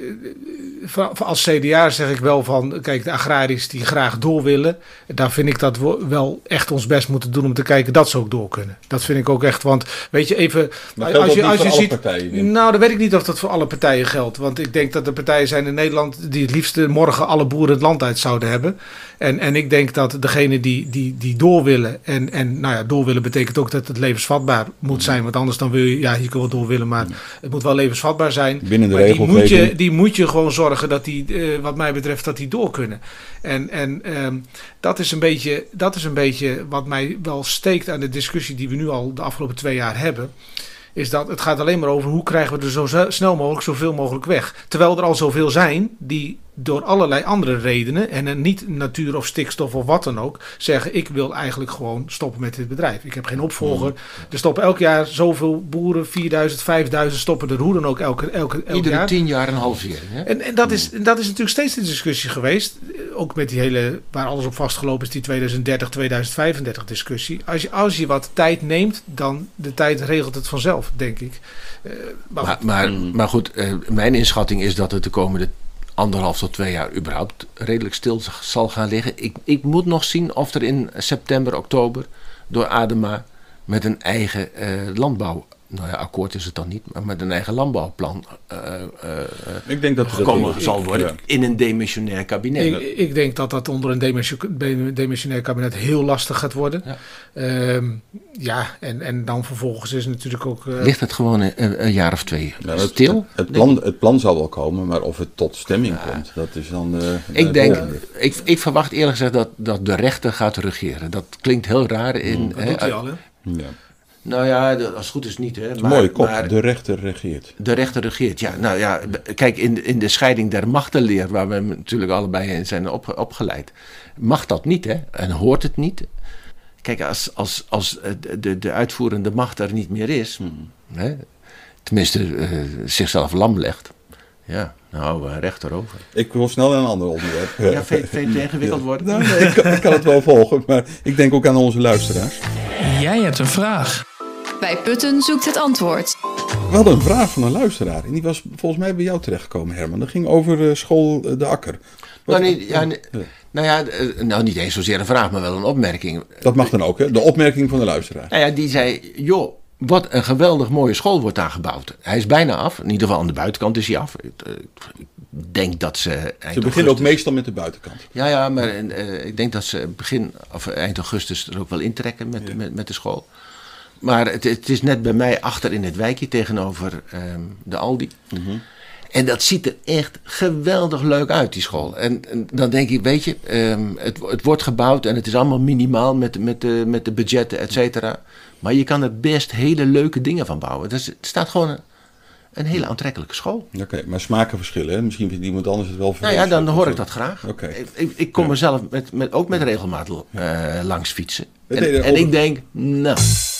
Als C D A zeg ik wel van, kijk, de agrariërs die graag door willen, daar vind ik dat we wel echt ons best moeten doen om te kijken dat ze ook door kunnen. Dat vind ik ook echt, want weet je even, maar als je, als je ziet, partijen, nou, dan weet ik niet of dat voor alle partijen geldt, want ik denk dat er partijen zijn in Nederland die het liefste morgen alle boeren het land uit zouden hebben. En, en ik denk dat degene die, die, die door willen, en, en nou ja, door willen betekent ook dat het levensvatbaar moet zijn, want anders dan wil je, ja, je kunt wel door willen, maar het moet wel levensvatbaar zijn. Binnen de maar die moet, je, die moet je gewoon zorgen dat die, uh, wat mij betreft, dat die door kunnen. En, en um, dat is een beetje, dat is een beetje wat mij wel steekt aan de discussie die we nu al de afgelopen twee jaar hebben. Is dat het gaat alleen maar over hoe krijgen we er zo snel mogelijk zoveel mogelijk weg. Terwijl er al zoveel zijn die door allerlei andere redenen, en niet natuur of stikstof of wat dan ook, zeggen ik wil eigenlijk gewoon stoppen met dit bedrijf. Ik heb geen opvolger. Er stoppen elk jaar zoveel boeren, vierduizend, vijfduizend stoppen er hoe dan ook elke, elke, elk Iedere jaar. tien jaar een halveer. Hè? En, en dat, is, dat is natuurlijk steeds de discussie geweest. Ook met die hele, waar alles op vastgelopen is, die tweeduizend dertig, tweeduizend vijfendertig discussie. Als je, als je wat tijd neemt, dan de tijd regelt het vanzelf, denk ik. Uh, maar, maar, maar, maar goed, uh, mijn inschatting is dat het de komende anderhalf tot twee jaar überhaupt redelijk stil zal gaan liggen. Ik, ik moet nog zien of er in september, oktober door Adema met een eigen uh, landbouw, nou ja, akkoord is het dan niet, maar met een eigen landbouwplan uh, uh, ik denk dat gekomen dat, zal ik, worden ja. in een demissionair kabinet. Ik, ik denk dat dat onder een demissionair kabinet heel lastig gaat worden. Ja, um, ja en, en dan vervolgens is het natuurlijk ook... Uh, Ligt het gewoon een, een jaar of twee nou, stil? Het, het, plan, het plan zal wel komen, maar of het tot stemming ja. komt, dat is dan... Uh, ik denk, ik, ik verwacht eerlijk gezegd dat, dat de rechter gaat regeren. Dat klinkt heel raar. In, mm, dat hè, doet hij al, hè? Ja. Nou ja, als het goed is niet. Hè. Maar, mooie kop, maar, de rechter regeert. De rechter regeert, ja. Nou ja, kijk, in, in de scheiding der machtenleer, waar we natuurlijk allebei in zijn op, opgeleid, mag dat niet, hè? En hoort het niet. Kijk, als, als, als de, de uitvoerende macht er niet meer is, hmm. hè, tenminste uh, zichzelf lam legt, ja, nou, uh, rechter over. Ik wil snel naar een ander onderwerp. Ja, vind je het ingewikkeld worden? Nou, nee, ik, kan, ik kan het wel volgen, maar ik denk ook aan onze luisteraars. Jij hebt een vraag. Bij Putten zoekt het antwoord. We hadden een vraag van een luisteraar. En die was volgens mij bij jou terechtgekomen, Herman. Dat ging over uh, school uh, De Akker. Wat, nou, nee, ja, nee, ja. nou ja, uh, nou niet eens zozeer een vraag, maar wel een opmerking. Dat mag dan ook, hè? De opmerking van de luisteraar. Nou ja, die zei, joh, wat een geweldig mooie school wordt daar gebouwd. Hij is bijna af. In ieder geval aan de buitenkant is hij af. Ik, uh, ik denk dat ze... Eind ze beginnen augustus, ook meestal met de buitenkant. Ja, ja, maar uh, ik denk dat ze begin of eind augustus er ook wel intrekken met, ja. met, met de school. Maar het, het is net bij mij achter in het wijkje tegenover um, de Aldi. Mm-hmm. En dat ziet er echt geweldig leuk uit, die school. En, en dan denk ik, weet je, um, het, het wordt gebouwd en het is allemaal minimaal met, met, de, met de budgetten, et cetera. Maar je kan er best hele leuke dingen van bouwen. Dus het staat gewoon een, een hele aantrekkelijke school. Oké, okay, maar smaken verschillen, hè? Misschien vindt iemand anders het wel Nou ja, dan hoor ik dat graag. Okay. Ik, ik, ik kom ja. er zelf met, met, ook met regelmaat uh, langs fietsen. En, en ik denk, nou...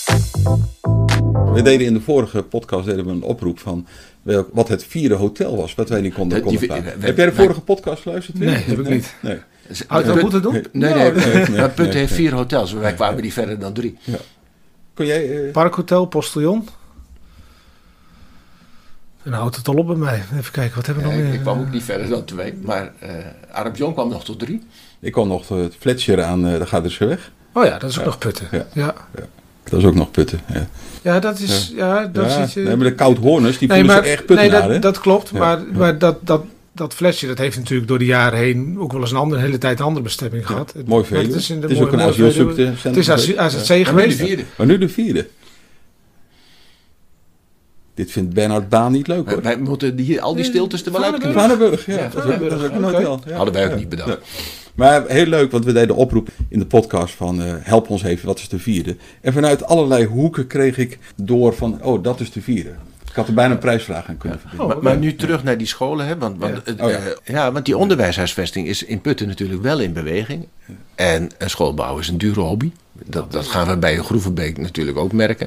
We deden in de vorige podcast deden we een oproep van welk, wat het vierde hotel was, wat wij niet konden, de, konden die, we, we, Heb jij de vorige nee. podcast geluisterd? Nee, heb ik niet. Nee. Had je dat moeten doen? Nee, nee, nee, nee, nee, nee maar Punt nee, heeft vier hotels, wij nee, kwamen nee. die verder dan drie. Ja. Kon jij... Uh... Parkhotel, Postillon. En houdt het al op bij mij. Even kijken, wat hebben we ja, nog meer? Ik, ik kwam ook niet verder dan twee, maar uh, Arab John kwam nog tot drie. Ik kwam nog het Fletcher aan, uh, daar gaat dus weer weg. Oh ja, dat is ook Ja. nog Putten. Ja. Ja, Ja. Dat is ook nog Putten. Ja, ja dat is... Ja, dat ja. zit je... Nee, maar de Koudhoorners, die Nee, voelen maar, zich echt Putten nee, aan, hè? dat, dat klopt. Ja. Maar, Ja. maar dat, dat, dat flesje, dat heeft natuurlijk door de jaren heen ook wel eens een andere, hele tijd een andere bestemming gehad. Mooi Maar Veluwe. Het is, in de Het is mooie- ook een mooie Veluwe. asielzoekcentrum. Het is als, als het Ja. zee Maar nu de geweest. vierde. Maar nu de vierde. Dit vindt Bernard Baan niet leuk, hoor. Wij moeten die, al die stiltes er wel uit kunnen. Vanenburg, ja. Ja, dat is ook, dat is ook een Oké. hotel. Ja. Hadden wij ook Ja. niet bedacht. Ja. Maar heel leuk, want we deden oproep in de podcast van uh, help ons even, wat is de vierde? En vanuit allerlei hoeken kreeg ik door van, oh, dat is de vierde. Ik had er bijna een prijsvraag aan kunnen verdienen. Oh, Maar, maar nu terug naar die scholen, hè? Want, want, Ja. het, Oh, ja. eh, ja, want die onderwijshuisvesting is in Putten natuurlijk wel in beweging. En een schoolbouw is een dure hobby. Dat, dat gaan we bij Groevenbeek natuurlijk ook merken.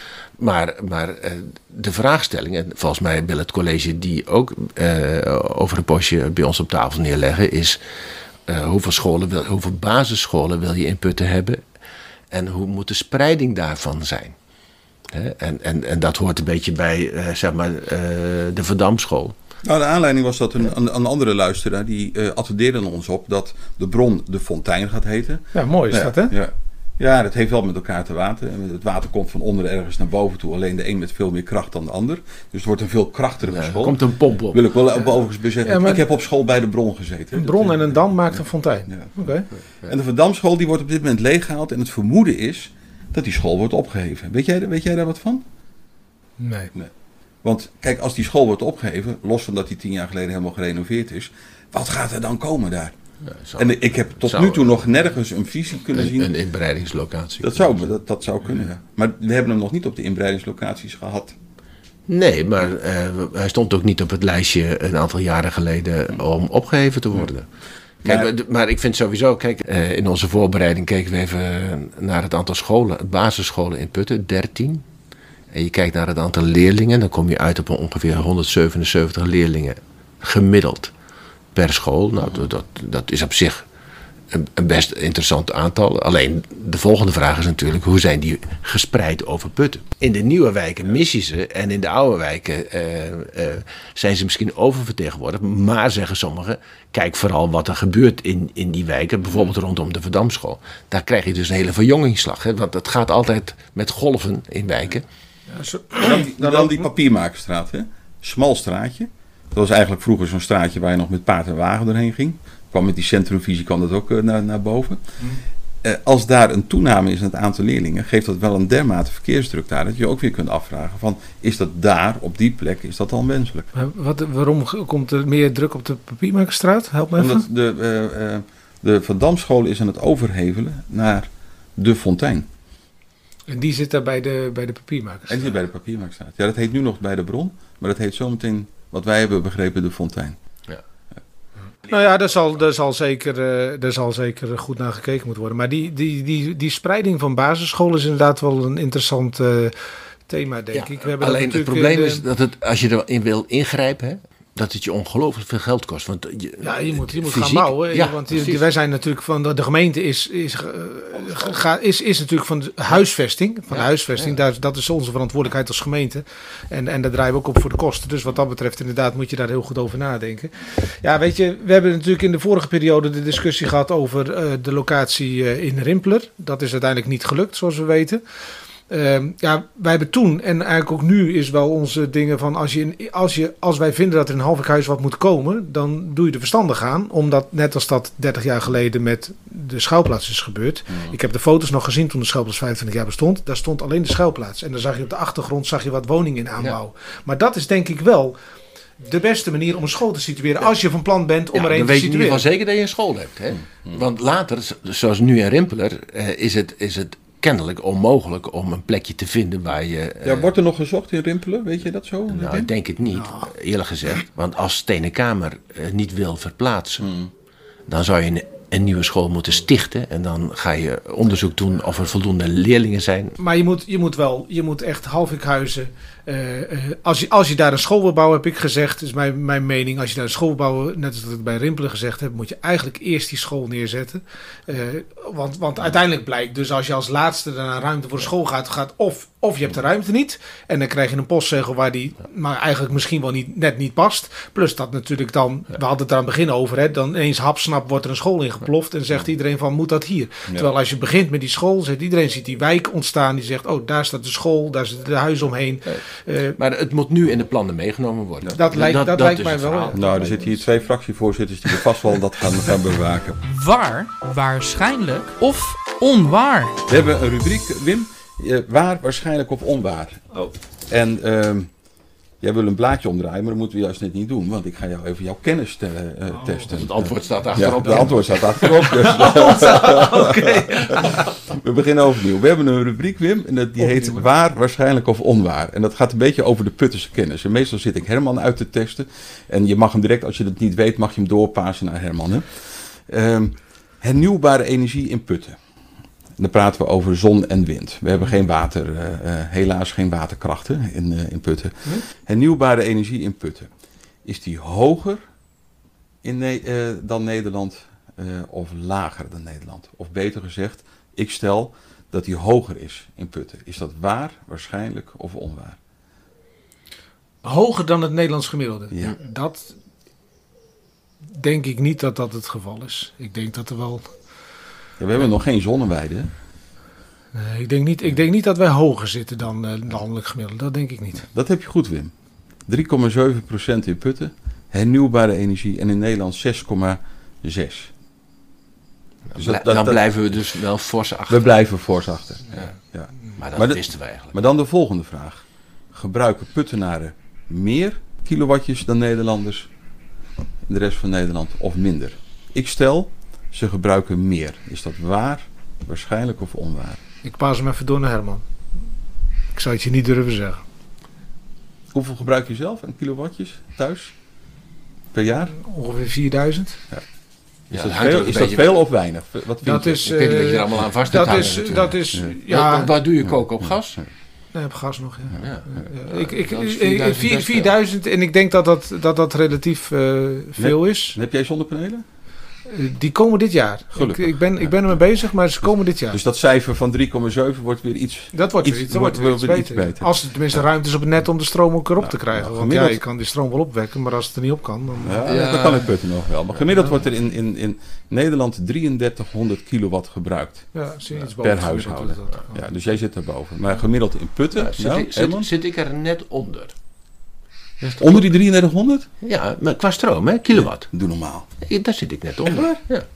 Maar, maar eh, de vraagstelling, en volgens mij wil het college die ook eh, over een postje bij ons op tafel neerleggen, is uh, hoeveel, scholen wil, hoeveel basisscholen wil je in Putten hebben en hoe moet de spreiding daarvan zijn? Hè? En, en, en dat hoort een beetje bij uh, zeg maar, uh, de Verdamschool. Nou, de aanleiding was dat een, een, een andere luisteraar, die uh, attendeerde ons op dat de bron de Fontein gaat heten. Ja, mooi is Ja, dat, hè? Ja. Ja, dat heeft wel met elkaar te water. Het water komt van onder ergens naar boven toe. Alleen de een met veel meer kracht dan de ander. Dus het wordt een veel krachtiger Ja, er school. komt een pomp op. Wil ik wel overigens bezetten. Ja, maar- Ik heb op school bij de bron gezeten. Een bron en een dam maakt een fontein. Ja. Oké. En de Verdamschool die wordt op dit moment leeggehaald. En het vermoeden is dat die school wordt opgeheven. Weet jij, weet jij daar wat van? Nee. Want kijk, als die school wordt opgeheven, los van dat die tien jaar geleden helemaal gerenoveerd is, wat gaat er dan komen daar? Ja, zou- En ik heb tot zou- nu toe nog nergens een visie kunnen een, zien. een inbreidingslocatie. Dat zou, dat, dat zou kunnen, ja. Maar we hebben hem nog niet op de inbreidingslocaties gehad. Nee, maar eh, hij stond ook niet op het lijstje een aantal jaren geleden om opgeheven te worden. Kijk, Maar- maar, maar ik vind sowieso, kijk, eh, in onze voorbereiding keken we even naar het aantal scholen, basisscholen in Putten, dertien. En je kijkt naar het aantal leerlingen, dan kom je uit op ongeveer honderdzevenenzeventig leerlingen gemiddeld per school. Nou, dat- dat, dat is op zich een, een best interessant aantal. Alleen de volgende vraag is natuurlijk, hoe zijn die gespreid over Putten? In de nieuwe wijken mis je ze en in de oude wijken eh, eh, zijn ze misschien oververtegenwoordigd. Maar zeggen sommigen, kijk vooral wat er gebeurt in, in die wijken, bijvoorbeeld rondom de Verdamschool. Daar krijg je dus een hele verjongingsslag. Hè? Want het gaat altijd met golven in wijken. Ja, zo- Dan die, dan die papiermakerstraat, hè? Smal straatje. Dat was eigenlijk vroeger zo'n straatje waar je nog met paard en wagen doorheen ging. Kwam met die centrumvisie kwam dat ook uh, naar, naar boven. Uh, als daar een toename is in het aantal leerlingen, geeft dat wel een dermate verkeersdruk daar, dat je ook weer kunt afvragen van, is dat daar, op die plek, is dat dan wenselijk? Maar Wat, waarom ge- komt er meer druk op de papiermakerstraat? Help me even. Omdat de, uh, uh, de Van Damschool is aan het overhevelen naar de Fontein. En die zit daar bij de, bij de papiermakerstraat. En die zit bij de papiermakerstraat. Ja, dat heet nu nog bij de Bron, maar dat heet zometeen, wat wij hebben begrepen, de Fontein. Nou ja, daar zal, daar zal, zeker, uh, daar zal zeker goed naar gekeken moeten worden. Maar die, die, die, die spreiding van basisscholen is inderdaad wel een interessant uh, thema, denk Ja, ik. We hebben alleen dat het natuurlijk probleem in de- is dat het, als je erin wil ingrijpen, hè, dat het je ongelooflijk veel geld kost. Want je, Ja, je moet, je moet fysiek- gaan bouwen. Ja, want die, precies. die- wij zijn natuurlijk van de, de gemeente is, is, uh, ga, is, is natuurlijk van de huisvesting. Van de Ja, huisvesting. ja. Daar, dat is onze verantwoordelijkheid als gemeente. En, en daar draaien we ook op voor de kosten. Dus wat dat betreft, inderdaad, moet je daar heel goed over nadenken. Ja, weet je, we hebben natuurlijk in de vorige periode de discussie gehad over uh, de locatie uh, in Rimpler. Dat is uiteindelijk niet gelukt, zoals we weten. Uh, ja, wij hebben toen en eigenlijk ook nu is wel onze dingen van als, je in, als, je, als wij vinden dat er in Halvikhuis wat moet komen, dan doe je er verstandig aan. Omdat net als dat dertig jaar geleden met de schuilplaats is gebeurd. Mm. Ik heb de foto's nog gezien toen de schuilplaats vijfentwintig jaar bestond. Daar stond alleen de schuilplaats. En dan zag je op de achtergrond zag je wat woningen in aanbouw. Ja. Maar dat is denk ik wel de beste manier om een school te situeren. Ja. Als je van plan bent om ja, er een te situeren. Dan weet je in ieder situeren. geval zeker dat je een school hebt. Hè? Mm. Want later, zoals nu in Rimpeler, uh, is het... Is het kennelijk onmogelijk om een plekje te vinden waar je... Ja, uh, wordt er nog gezocht in Rimpelen? Weet je dat zo? Nou, ik denk het niet, nou. eerlijk gezegd. Want als Stenen Kamer uh, niet wil verplaatsen, hmm. dan zou je een, een nieuwe school moeten stichten. En dan ga je onderzoek doen of er voldoende leerlingen zijn. Maar je moet, je moet wel, je moet echt Halvikhuizen... Uh, uh, als, je, als je daar een school wil bouwen, heb ik gezegd, is mijn, mijn mening, als je daar een school wil bouwen, net als ik bij Rimpelen gezegd heb, moet je eigenlijk eerst die school neerzetten. Uh, want, want uiteindelijk blijkt, dus als je als laatste naar ruimte voor de school gaat, gaat of, of je hebt de ruimte niet, en dan krijg je een postzegel waar die maar eigenlijk misschien wel niet, net niet past. Plus dat natuurlijk dan, we hadden het er aan het begin over, hè, dan eens hapsnap wordt er een school ingebouwd. ontploft en zegt iedereen van moet dat hier. Ja. Terwijl als je begint met die school, zegt iedereen ziet die wijk ontstaan, die zegt oh daar staat de school, daar zitten de huizen omheen. Nee. Uh, maar het moet nu in de plannen meegenomen worden. Dat, dat lijkt, dat, dat, dat lijkt mij wel. Ja. Nou, er zitten hier twee fractievoorzitters die er vast wel dat gaan, gaan bewaken. Waar, waarschijnlijk of onwaar? We hebben een rubriek, Wim, waar, waarschijnlijk of onwaar. Oh. En uh, jij wil een blaadje omdraaien, maar dat moeten we juist net niet doen, want ik ga jou even jouw kennis te, uh, oh, testen. Het antwoord staat achterop. Ja, het antwoord staat achterop. Dus. Okay. We beginnen overnieuw. We hebben een rubriek, Wim, en dat, die heet waar, waarschijnlijk of onwaar. En dat gaat een beetje over de Puttense kennis. En meestal zit ik Herman uit te testen. En je mag hem direct, als je dat niet weet, mag je hem doorpassen naar Herman. Hè? Um, hernieuwbare energie in Putten. Dan praten we over zon en wind. We hebben geen water, uh, uh, helaas geen waterkrachten in, uh, in Putten. Hm? Hernieuwbare energie in Putten. Is die hoger in ne- uh, dan Nederland uh, of lager dan Nederland? Of beter gezegd, ik stel dat die hoger is in Putten. Is dat waar, waarschijnlijk of onwaar? Hoger dan het Nederlands gemiddelde? Ja. Dat denk ik niet dat dat het geval is. Ik denk dat er wel... Ja, we hebben nog geen zonneweide. Nee, ik, denk niet, ik denk niet dat wij hoger zitten dan uh, landelijk gemiddelde. Dat denk ik niet. Dat heb je goed, Wim. drie komma zeven procent in Putten. Hernieuwbare energie. En in Nederland zes komma zes. Dus dat, dat, dan dat, blijven we dus wel fors achter. We blijven fors achter. Ja. Ja. Maar dat maar de, wisten we eigenlijk. Maar dan de volgende vraag. Gebruiken Puttenaren meer kilowattjes dan Nederlanders in de rest van Nederland of minder? Ik stel... Ze gebruiken meer. Is dat waar, waarschijnlijk of onwaar? Ik paas hem even door naar Herman. Ik zou het je niet durven zeggen. Hoeveel gebruik je zelf aan kilowatjes thuis per jaar? Ongeveer vierduizend. Ja. Is ja, dat, veel, is dat veel of weinig? Wat vind dat je? Is, ik weet niet wat je er allemaal aan vast hebt. Dat is, dat is, ja. ja. Wat, wat doe je koken op gas? Nee, op gas nog, ja. ja. ja. ja. Ik, ik, ik, vierduizend en ik denk dat dat, dat, dat relatief uh, veel heb, is. Heb jij zonnepanelen? Die komen dit jaar. Ik, ik, ben, ik ben ermee bezig, maar ze komen dit jaar. Dus dat cijfer van drie komma zeven wordt weer iets Dat wordt iets, weer, iets, wordt weer iets, beter. iets beter. Als er tenminste ja. ruimte is op het net om de stroom ook erop ja. te krijgen. Want gemiddeld... ja, je kan die stroom wel opwekken, maar als het er niet op kan... Dan... Ja, ja. dat kan in Putten nog wel. Maar gemiddeld ja. wordt er in, in, in Nederland drieëndertighonderd kilowatt gebruikt. Ja, zie je iets per huishouden. Ja, dus jij zit daarboven. Maar gemiddeld in Putten... Ja, zit, nou, ik, zit, zit ik er net onder. Onder die drieëndertighonderd? Ja, maar qua stroom, hè? Kilowatt. Ja, doe normaal. Ja, daar zit ik net onder. Ja.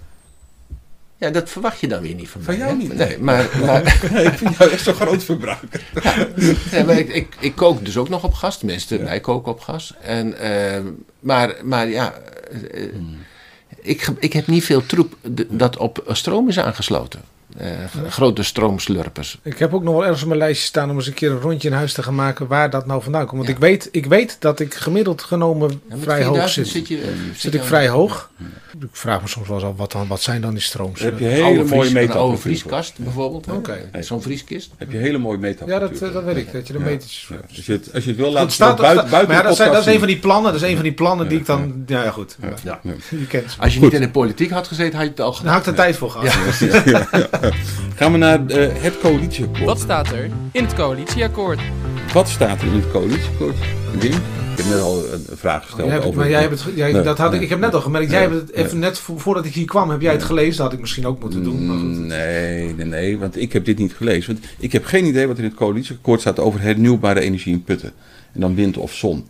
Ja, dat verwacht je dan weer niet van, van mij. Van jou hè? niet? Nee, maar... maar nee, ik vind jou echt zo'n groot verbruiker. Ja, nee, maar ik, ik, ik kook dus ook nog op gas. Tenminste, ja. wij koken op gas. En, uh, maar, maar ja... Uh, hmm. ik, ik heb niet veel troep dat op stroom is aangesloten. Uh, ja. Grote stroomslurpers. Ik heb ook nog wel ergens op mijn lijstje staan om eens een keer een rondje in huis te gaan maken waar dat nou vandaan komt. Want ja. ik, weet, ik weet dat ik gemiddeld genomen ja, vrij hoog zit. Zit, je, uh, zit, zit ik vrij hoog? Ja. Ik vraag me soms wel eens af, wat, dan, wat zijn dan die strooms? Heb je hele mooie meetapparatuur. Een oude vrieskast bijvoorbeeld. Okay. Hey, zo'n vrieskist. Heb je hele mooie meetapparatuur. Ja, dat, dat weet ik. Dat je de ja. metertjes voor hebt. Ja. Als, je het, als je het wil laten staan buiten, buiten maar ja, dat, zijn, dat is een van die plannen. Dat is een van die plannen ja. die ik dan... Ja, ja goed. Ja. Ja. Ja. Je kent als je goed. niet in de politiek had gezeten, had je het al gedaan. Dan had ik er ja. tijd voor gehad. Ja. Ja. Ja. Gaan we naar uh, het coalitieakkoord. Wat staat er in het coalitieakkoord? Wat staat er in het coalitieakkoord? Wim? Ik heb net al een vraag gesteld. Oh, jij hebt, over maar jij hebt het, jij, nee, dat had nee, ik, ik heb net al gemerkt. Jij nee, hebt het even nee. net vo, voordat ik hier kwam, heb jij het gelezen? Dat had ik misschien ook moeten doen. Maar goed. Nee, nee, nee, want ik heb dit niet gelezen. Want ik heb geen idee wat er in het coalitieakkoord staat over hernieuwbare energie in Putten. En dan wind of zon.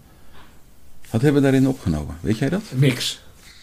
Wat hebben we daarin opgenomen? Weet jij dat? Niks.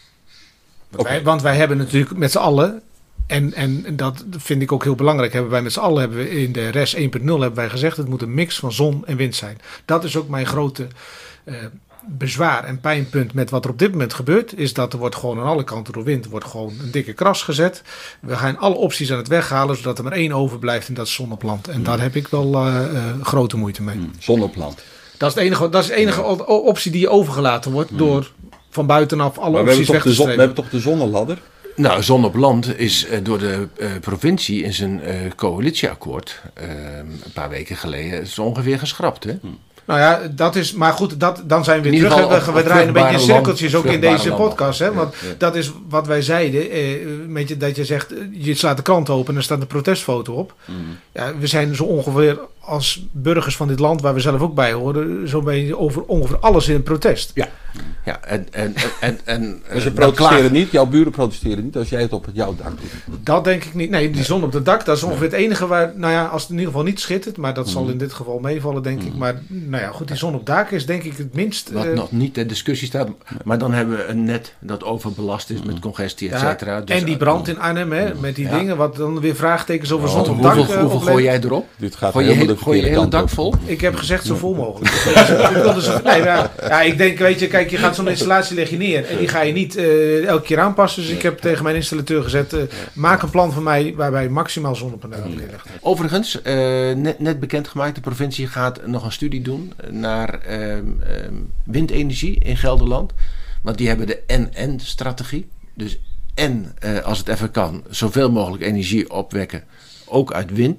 Want, okay. wij, want wij hebben natuurlijk met z'n allen... En, en dat vind ik ook heel belangrijk. Hebben wij met z'n allen hebben we in de R E S één punt nul hebben wij gezegd... het moet een mix van zon en wind zijn. Dat is ook mijn grote uh, bezwaar en pijnpunt met wat er op dit moment gebeurt... is dat er wordt gewoon aan alle kanten door wind wordt gewoon een dikke kras gezet. We gaan alle opties aan het weghalen... zodat er maar één overblijft en dat is zon op land. En mm. daar heb ik wel uh, uh, grote moeite mee. Mm. Zon op land. Dat is de enige, dat is de enige ja. optie die overgelaten wordt... Mm. door van buitenaf alle maar opties weg te strepen. We hebben toch de zonneladder? Nou, Zon op Land is uh, door de uh, provincie in zijn uh, coalitieakkoord uh, een paar weken geleden is ongeveer geschrapt. Hè? Hm. Nou ja, dat is, maar goed, dat, dan zijn we weer terug. Op, we, we draaien een beetje cirkeltjes land, ook in deze podcast. Hè, want ja, ja. dat is wat wij zeiden. Eh, met je, dat je zegt, je slaat de krant open en er staat een protestfoto op. Mm. Ja, we zijn zo ongeveer als burgers van dit land, waar we zelf ook bij horen, zo'n beetje over ongeveer alles in het protest. Ja, ja en, en, en, en Maar ze uh, protesteren klaar- niet, jouw buren protesteren niet als jij het op jouw dak doet. Dat denk ik niet. Nee, die zon op het dak, dat is ongeveer het enige waar, nou ja, als het in ieder geval niet schittert, maar dat zal in dit geval meevallen, denk ik. Maar nou ja, goed, die zon op het dak is denk ik het minst... Wat eh, nog niet ter discussie staat. Maar dan hebben we een net dat overbelast is met congestie, et ja, cetera. Dus, en die brand in Arnhem, hè, met die Ja. dingen, wat dan weer vraagtekens over Oh, zon op het dak hoeveel eh, hoeveel oplevert. gooi jij erop? Dit gaat Gooi je, helemaal hele, de gooi je verkeerde hele kant dak op. vol? Ik heb gezegd zo vol mogelijk. ik wilde zo, nee, maar, ja, ik denk, weet je, kijk, je gaat zo'n installatie leg je neer en die ga je niet uh, elke keer aanpassen. Dus ik heb tegen mijn installateur gezet, uh, maak een plan van mij waarbij maximaal zonnepanelen neerlegt. Overigens, uh, net, net bekendgemaakt, de provincie gaat nog een studie doen naar um, um, windenergie in Gelderland. Want die hebben de N N-strategie. Dus en, uh, als het even kan, zoveel mogelijk energie opwekken, ook uit wind.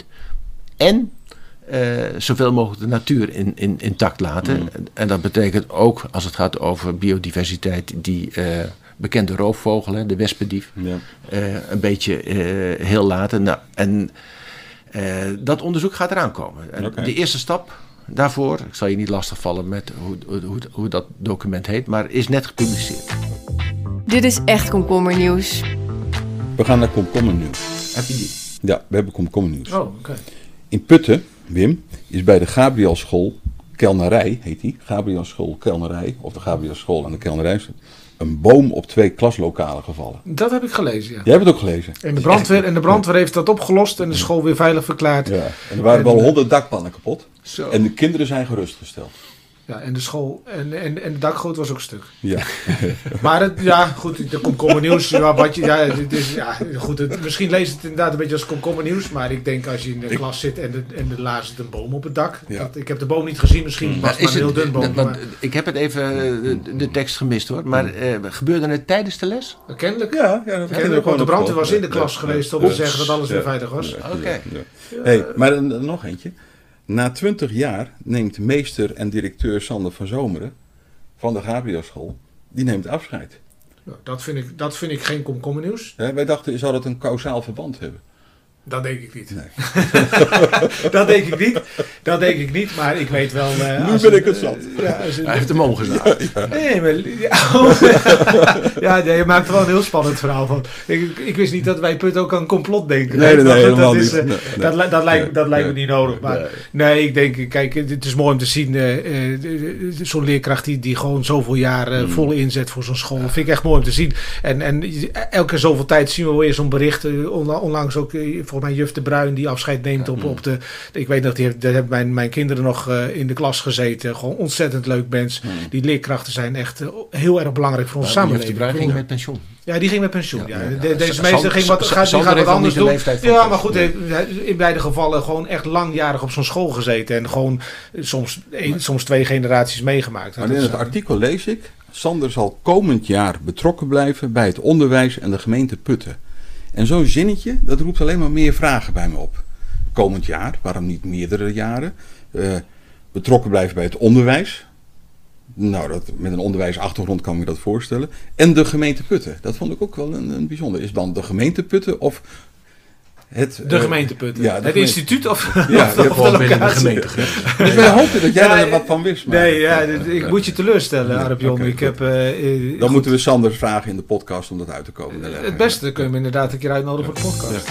En uh, zoveel mogelijk de natuur in, in, intact laten. Mm. En dat betekent ook, als het gaat over biodiversiteit, die uh, bekende roofvogel, hè, de wespendief, ja. uh, een beetje uh, heel laten. Nou, en uh, dat onderzoek gaat eraan komen. En okay. De eerste stap daarvoor, ik zal je niet lastigvallen met hoe, hoe, hoe dat document heet, maar is net gepubliceerd. Dit is echt komkommernieuws. We gaan naar komkommernieuws. Heb je die? Ja, we hebben komkommernieuws. Oh, oké. Okay. In Putten, Wim, is bij de Gabrielschool Kelnerij, heet die, Gabrielschool Kelnerij, of de Gabrielschool aan de Kelnerij, een boom op twee klaslokalen gevallen. Dat heb ik gelezen, ja. Jij hebt het ook gelezen? En de brandweer, en de brandweer heeft dat opgelost en de school weer veilig verklaard. Ja, en er waren wel honderd dakpannen kapot. Zo. En de kinderen zijn gerustgesteld. Ja, en de school en, en, en de dakgoot was ook stuk. Ja. Maar het, ja, goed, er komt komkommernieuws. Ja, wat je, ja, het is, ja, goed, het, misschien leest het inderdaad een beetje als komkommernieuws. Maar ik denk als je in de ik, klas zit en, de, en de laar zit een boom op het dak. Ja. Dat, ik heb de boom niet gezien, misschien was het maar een heel dun boom. Want, maar. Ik heb het even de, de tekst gemist hoor. Maar uh, gebeurde het tijdens de les? Kennelijk. Ja, ja dat kennelijk. Want de brandweer was in de klas ja, geweest om ja, te zeggen dat alles ja, weer veilig was. Ja, Oké. Okay. Ja, ja. Hey, maar uh, nog eentje. Na twintig jaar neemt meester en directeur Sander van Zomeren van de Gabrielschool, die neemt afscheid. Ja, dat, vind ik, dat vind ik geen komkommernieuws. Ja, wij dachten, zou dat een kausaal verband hebben? Dat denk ik niet. Nee. dat denk ik niet. Dat denk ik niet, maar ik weet wel... Uh, nu ben ik het zat. Uh, ja, Hij heeft hem omgezet. Ja, ja. Nee, maar... Ja, oh, ja, nee, je maakt er wel een heel spannend verhaal van. Ik, ik wist niet dat wij Put ook aan complot denken. Nee, nee, nee, helemaal dat is, uh, niet. Nee, dat, nee. dat, lijkt, nee, dat lijkt nee, me niet nodig. Maar nee. nee, ik denk, kijk, het is mooi om te zien. Uh, uh, zo'n leerkracht die, die gewoon zoveel jaar uh, mm. vol inzet voor zo'n school. Dat vind ik echt mooi om te zien. En, en elke zoveel tijd zien we weer zo'n bericht. Uh, onlangs ook, uh, volgens mij juf De Bruin die afscheid neemt op, op de... Ik weet nog, die heeft, daar hebben mijn, mijn kinderen nog uh, in de klas gezeten. Gewoon ontzettend leuk mens. Mm. Die leerkrachten zijn echt uh, heel erg belangrijk voor onze ja, samenleving. Die Bruin ging met pensioen. Ja, die ging met pensioen. Ja, ja. De, ja. deze meester ging wat, gaat, die gaat wat anders doen. Ja, maar goed, heeft in beide gevallen gewoon echt langjarig op zo'n school gezeten. En gewoon soms, een, soms twee generaties meegemaakt. Maar in het artikel lees ik... Sander zal komend jaar betrokken blijven bij het onderwijs en de gemeente Putten. En zo'n zinnetje, dat roept alleen maar meer vragen bij me op. Komend jaar, waarom niet meerdere jaren? Uh, betrokken blijven bij het onderwijs. Nou, dat, met een onderwijsachtergrond kan ik me dat voorstellen. En de gemeente Putten, dat vond ik ook wel een, een bijzonder. Is dan de gemeente Putten of het... De uh, gemeente Putten. Ja, het gemeente. Instituut of, ja, of, of de locatie. De gemeente. Dus wij hoopten dat jij ja, er wat van wist. Maar. Nee, ja, ik moet je teleurstellen, Arp-Jon. Okay, ik heb, uh, dan goed. moeten we Sander vragen in de podcast om dat uit te komen. Uh, het beste kunnen we inderdaad een keer uitnodigen ja. voor de podcast.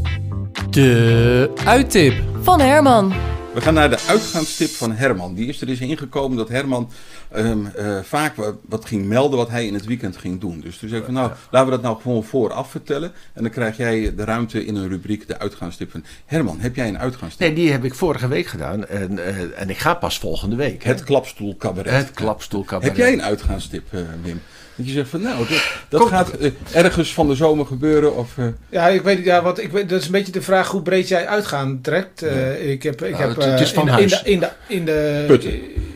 Ja. De uittip van Herman. We gaan naar de uitgaanstip van Herman. Die is er eens ingekomen dat Herman um, uh, vaak wat, wat ging melden wat hij in het weekend ging doen. Dus toen zei ik van nou, laten we dat nou gewoon vooraf vertellen. En dan krijg jij de ruimte in een rubriek, de uitgaanstip van Herman. Heb jij een uitgaanstip? Nee, die heb ik vorige week gedaan. En, uh, en ik ga pas volgende week. Het hè? klapstoelcabaret. Het klapstoelcabaret. Heb jij een uitgaanstip, uh, Wim? Dat je zegt van nou, dat, dat gaat uh, ergens van de zomer gebeuren of... Uh... Ja, ik weet ja, wat ik weet, dat is een beetje de vraag hoe breed jij uitgaan trekt. Uh, ja. Ik heb, ik nou, heb het, het is van in, huis. In de, in de, in de, Putten.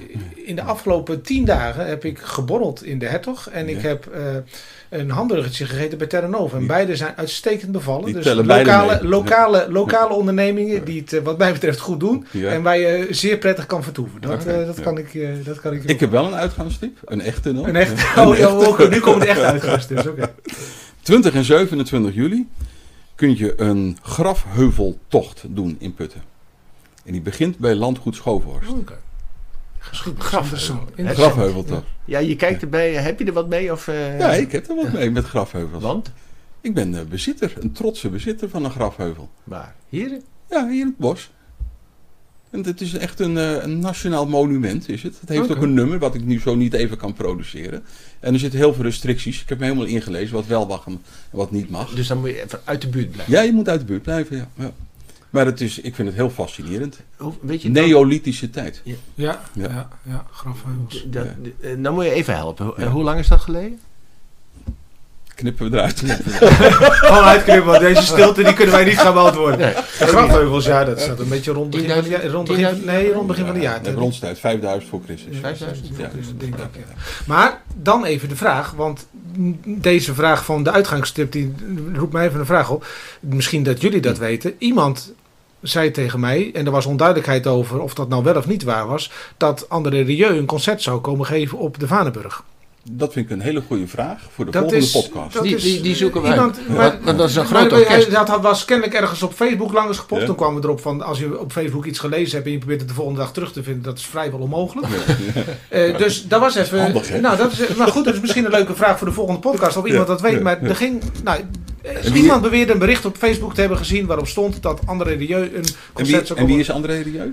in de afgelopen tien dagen heb ik geborreld in de Hertog en ja. ik heb uh, een hamburgertje gegeten bij Terranova. En beide zijn uitstekend bevallen. Die dus lokale, lokale, lokale ondernemingen ja. die het uh, wat mij betreft goed doen. Ja. En waar je zeer prettig kan vertoeven. Dat, okay. uh, dat, ja. kan, ik, uh, dat kan ik Ik heb wel een uitgaanstip. Een echte dan. Een echte. Ja. Oh, ja, ook, nu komt het echt uitgaanstip. Okay. twintig en zevenentwintig juli kun je een grafheuveltocht doen in Putten. En die begint bij landgoed Schoofhorst. Oké. Geschiedenis. Grafheuvel. Interessant. Grafheuvel toch? Ja, je kijkt erbij. Heb je er wat mee? Of, uh... Ja, ik heb er wat mee met grafheuvels. Want? Ik ben uh, bezitter, een trotse bezitter van een grafheuvel. Waar? Hier? Ja, hier in het bos. En het is echt een, uh, een nationaal monument, is het. Het heeft Okay. ook een nummer, wat ik nu zo niet even kan produceren. En er zitten heel veel restricties. Ik heb me helemaal ingelezen wat wel mag en wat niet mag. Dus dan moet je even uit de buurt blijven. Ja, je moet uit de buurt blijven, ja. ja. Maar het is, ik vind het heel fascinerend. Hoe, weet je, dan, Neolithische tijd. Ja, Ja. ja, ja, ja, grafheuvels. dat, Ja. uh, dan moet je even helpen. Hoe, Ja. hoe lang is dat geleden? Knippen we eruit. Gewoon uitknippen, want deze stilte die kunnen wij niet gaan beantwoorden. Nee. De grafheuvels, ja, dat staat een beetje rond begin van de jaar. Rond begin, tienduizend nee, rond begin van de Ja, jaar. de bronstijd, vijfduizend voor Christus. vijfduizend Ja. Denk ik, ja. Maar dan even de vraag, want deze vraag van de uitgangstip die roept mij even een vraag op. Misschien dat jullie dat weten. Iemand zei tegen mij, en er was onduidelijkheid over of dat nou wel of niet waar was, dat André Rieu een concert zou komen geven op de Vanenburg. Dat vind ik een hele goede vraag voor de Dat volgende is- podcast. dat Die, is, die, die zoeken we iemand- uit. maar- Want dat is een Maar groot hij- orkest. Dat had- was kennelijk ergens op Facebook langs gepopt. Ja. Toen kwam het erop van, als je op Facebook iets gelezen hebt en je probeert het de volgende dag terug te vinden, dat is vrijwel onmogelijk. Eh, dus dat was even... Handig, hè? nou, dat is, maar goed, dat is misschien een leuke vraag voor de volgende podcast, of iemand Ja, dat weet. ja, Maar ja. er ging... Nou, eh, En wie- iemand beweerde een bericht op Facebook te hebben gezien waarop stond dat André Rieu een En concert wie, zou en wie komen. is André Rieu?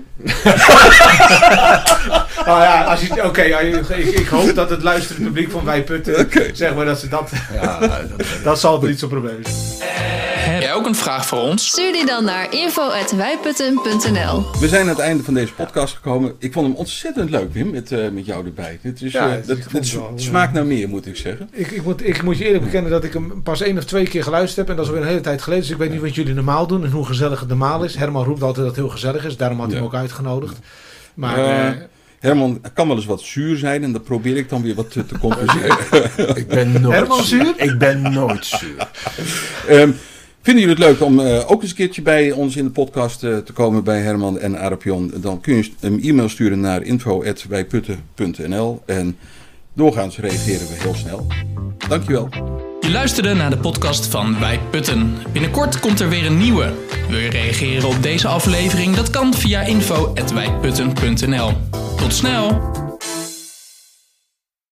Nou ja, als je... Oké, ja, ik, ik hoop dat het luisterend publiek van Wij Putten, Oké. zeg maar dat ze dat... Ja, dat, dat zal wel niet zo'n probleem zijn. Heb jij ook een vraag voor ons? Stuur die dan naar info at wijputten punt n l. We zijn aan het einde van deze podcast gekomen. Ik vond hem ontzettend leuk, Wim, met, uh, met jou erbij. Het, is, Ja, uh, ik dat, vond het het s- wel, ja. smaakt naar meer, moet ik zeggen. Ik, ik, moet, ik moet je eerlijk bekennen dat ik hem pas één of twee keer geluisterd heb. En dat is alweer een hele tijd geleden. Dus ik weet niet wat jullie normaal doen en hoe gezellig het normaal is. Herman roept altijd dat het heel gezellig is. Daarom had hij Ja. hem ook uitgenodigd. Maar Eh, eh, Herman kan wel eens wat zuur zijn en dat probeer ik dan weer wat te, te compenseren. ik ben nooit Herman zuur? Ik ben nooit zuur. um, vinden jullie het leuk om uh, ook eens een keertje bij ons in de podcast uh, te komen bij Herman en Arapion? Dan kun je een e-mail sturen naar info at wijputten punt n l en doorgaans reageren we heel snel. Dankjewel. Je luisterde naar de podcast van Wij Putten. Binnenkort komt er weer een nieuwe. Wil je reageren op deze aflevering? Dat kan via info at wijputten punt n l. Tot snel!